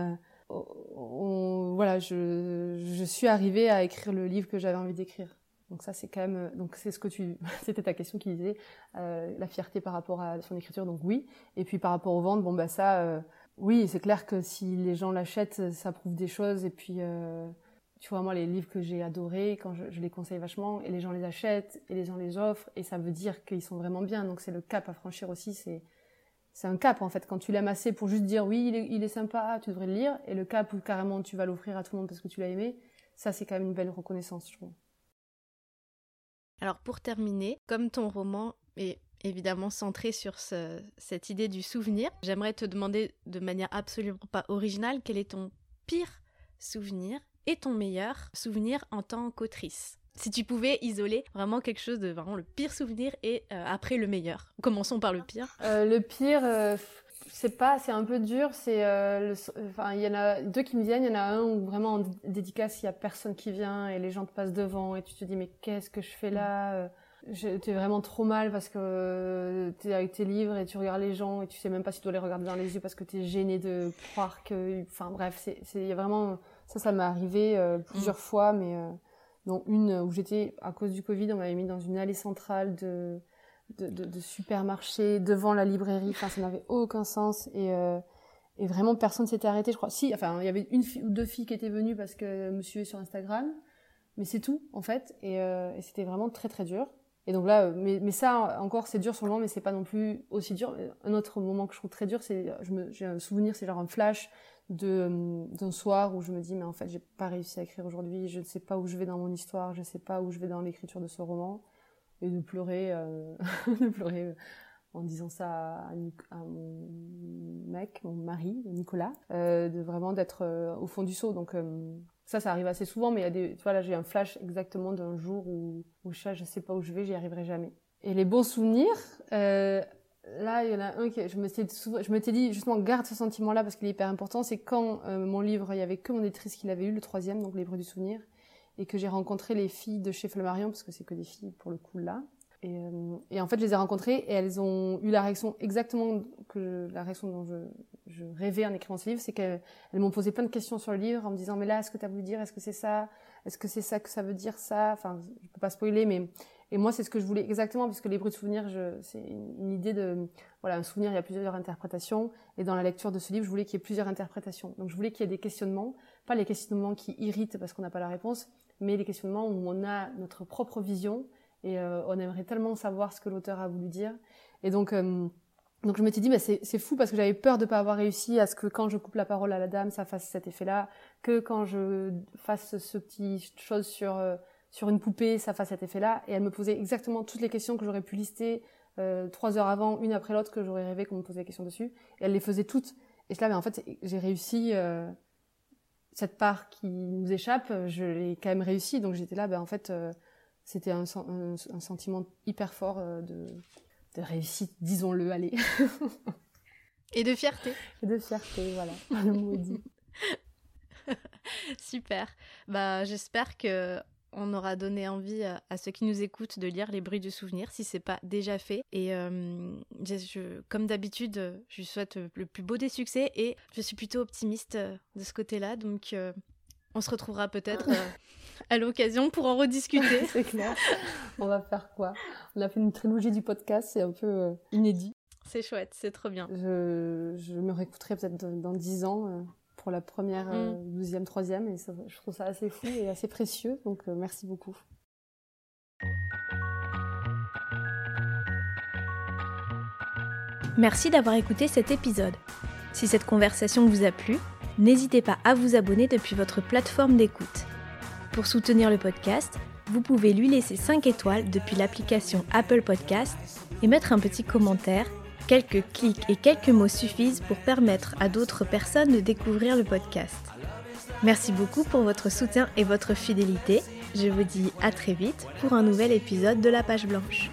S2: voilà, je suis arrivée à écrire le livre que j'avais envie d'écrire. Donc ça, c'est quand même, donc c'est c'était ta question qui disait la fierté par rapport à son écriture, donc oui. Et puis par rapport aux ventes, oui, c'est clair que si les gens l'achètent, ça prouve des choses. Et puis, tu vois, moi, les livres que j'ai adorés, quand je les conseille vachement, et les gens les achètent, et les gens les offrent, et ça veut dire qu'ils sont vraiment bien. Donc c'est le cap à franchir aussi, c'est un cap en fait. Quand tu l'aimes assez pour juste dire oui, il est sympa, tu devrais le lire, et le cap où carrément tu vas l'offrir à tout le monde parce que tu l'as aimé, ça c'est quand même une belle reconnaissance, je trouve.
S1: Alors pour terminer, comme ton roman est évidemment centré sur cette idée du souvenir, j'aimerais te demander de manière absolument pas originale quel est ton pire souvenir et ton meilleur souvenir en tant qu'autrice. Si tu pouvais isoler vraiment quelque chose de vraiment le pire souvenir et après le meilleur. Commençons par le pire.
S2: Le pire, c'est un peu dur. Il y en a 2 qui me viennent. Il y en a un où vraiment en dédicace, il y a personne qui vient et les gens te passent devant et tu te dis mais qu'est-ce que je fais là? T'es vraiment trop mal parce que t'es avec tes livres et tu regardes les gens et tu sais même pas si tu dois les regarder dans les yeux parce que t'es gêné de croire que, enfin bref, il y a vraiment, ça m'est arrivé plusieurs fois, mais dont une où j'étais, à cause du Covid, on m'avait mis dans une allée centrale de supermarché devant la librairie, enfin ça n'avait aucun sens et vraiment personne s'était arrêté, je crois. Si, enfin il y avait une ou 2 filles qui étaient venues parce qu'elles me suivaient sur Instagram, mais c'est tout en fait, et c'était vraiment très très dur. Et donc là, mais ça encore c'est dur sur le moment, mais c'est pas non plus aussi dur. Un autre moment que je trouve très dur, j'ai un souvenir, c'est genre un flash d'un soir où je me dis mais en fait j'ai pas réussi à écrire aujourd'hui, je ne sais pas où je vais dans mon histoire, je sais pas où je vais dans l'écriture de ce roman, et de pleurer en disant ça à mon mec, mon mari, Nicolas, de vraiment d'être au fond du seau. Donc ça arrive assez souvent, mais tu vois, là j'ai un flash exactement d'un jour où je sais pas où je vais, j'y arriverai jamais. Et les bons souvenirs, là il y en a un je m'étais dit justement garde ce sentiment-là parce qu'il est hyper important. C'est quand mon livre, il y avait que mon éditrice qui l'avait eu, le 3e, donc Les Bruits du souvenir, et que j'ai rencontré les filles de chez Flammarion, parce que c'est que des filles pour le coup là. Et en fait, je les ai rencontrées et elles ont eu la réaction exactement la réaction dont je rêvais en écrivant ce livre, c'est qu'elles m'ont posé plein de questions sur le livre en me disant mais là, est-ce que tu as voulu dire, est-ce que c'est ça que ça veut dire ça, enfin je peux pas spoiler, mais et moi c'est ce que je voulais exactement, puisque Les Bruits de souvenirs, c'est une idée de voilà, un souvenir, il y a plusieurs interprétations, et dans la lecture de ce livre je voulais qu'il y ait plusieurs interprétations, donc je voulais qu'il y ait des questionnements, pas les questionnements qui irritent parce qu'on n'a pas la réponse, mais les questionnements où on a notre propre vision. Et on aimerait tellement savoir ce que l'auteur a voulu dire. Et donc je m'étais dit, c'est fou parce que j'avais peur de pas avoir réussi à ce que quand je coupe la parole à la dame, ça fasse cet effet-là, que quand je fasse ce petit chose sur une poupée, ça fasse cet effet-là. Et elle me posait exactement toutes les questions que j'aurais pu lister 3 heures avant, une après l'autre, que j'aurais rêvé qu'on me posait des questions dessus. Et elle les faisait toutes. Et là, mais en fait, j'ai réussi. cette part qui nous échappe, je l'ai quand même réussi. Donc j'étais là, en fait, c'était un sentiment hyper fort de réussite, disons-le, allez.
S1: Et de fierté.
S2: Et de fierté, voilà, le mot est dit.
S1: Super. J'espère que on aura donné envie à ceux qui nous écoutent de lire Les Bruits du souvenir, si c'est pas déjà fait. Et comme d'habitude, je lui souhaite le plus beau des succès et je suis plutôt optimiste de ce côté-là. Donc, on se retrouvera peut-être à l'occasion pour en rediscuter.
S2: C'est clair. On va faire quoi ? On a fait une trilogie du podcast, c'est un peu inédit.
S1: C'est chouette, c'est trop bien.
S2: Je me réécouterai peut-être dans 10 ans pour la première, 12e, 3e. Et ça, je trouve ça assez fou et assez précieux. Donc, merci beaucoup.
S1: Merci d'avoir écouté cet épisode. Si cette conversation vous a plu, n'hésitez pas à vous abonner depuis votre plateforme d'écoute. Pour soutenir le podcast, vous pouvez lui laisser 5 étoiles depuis l'application Apple Podcast et mettre un petit commentaire. Quelques clics et quelques mots suffisent pour permettre à d'autres personnes de découvrir le podcast. Merci beaucoup pour votre soutien et votre fidélité. Je vous dis à très vite pour un nouvel épisode de La Page Blanche.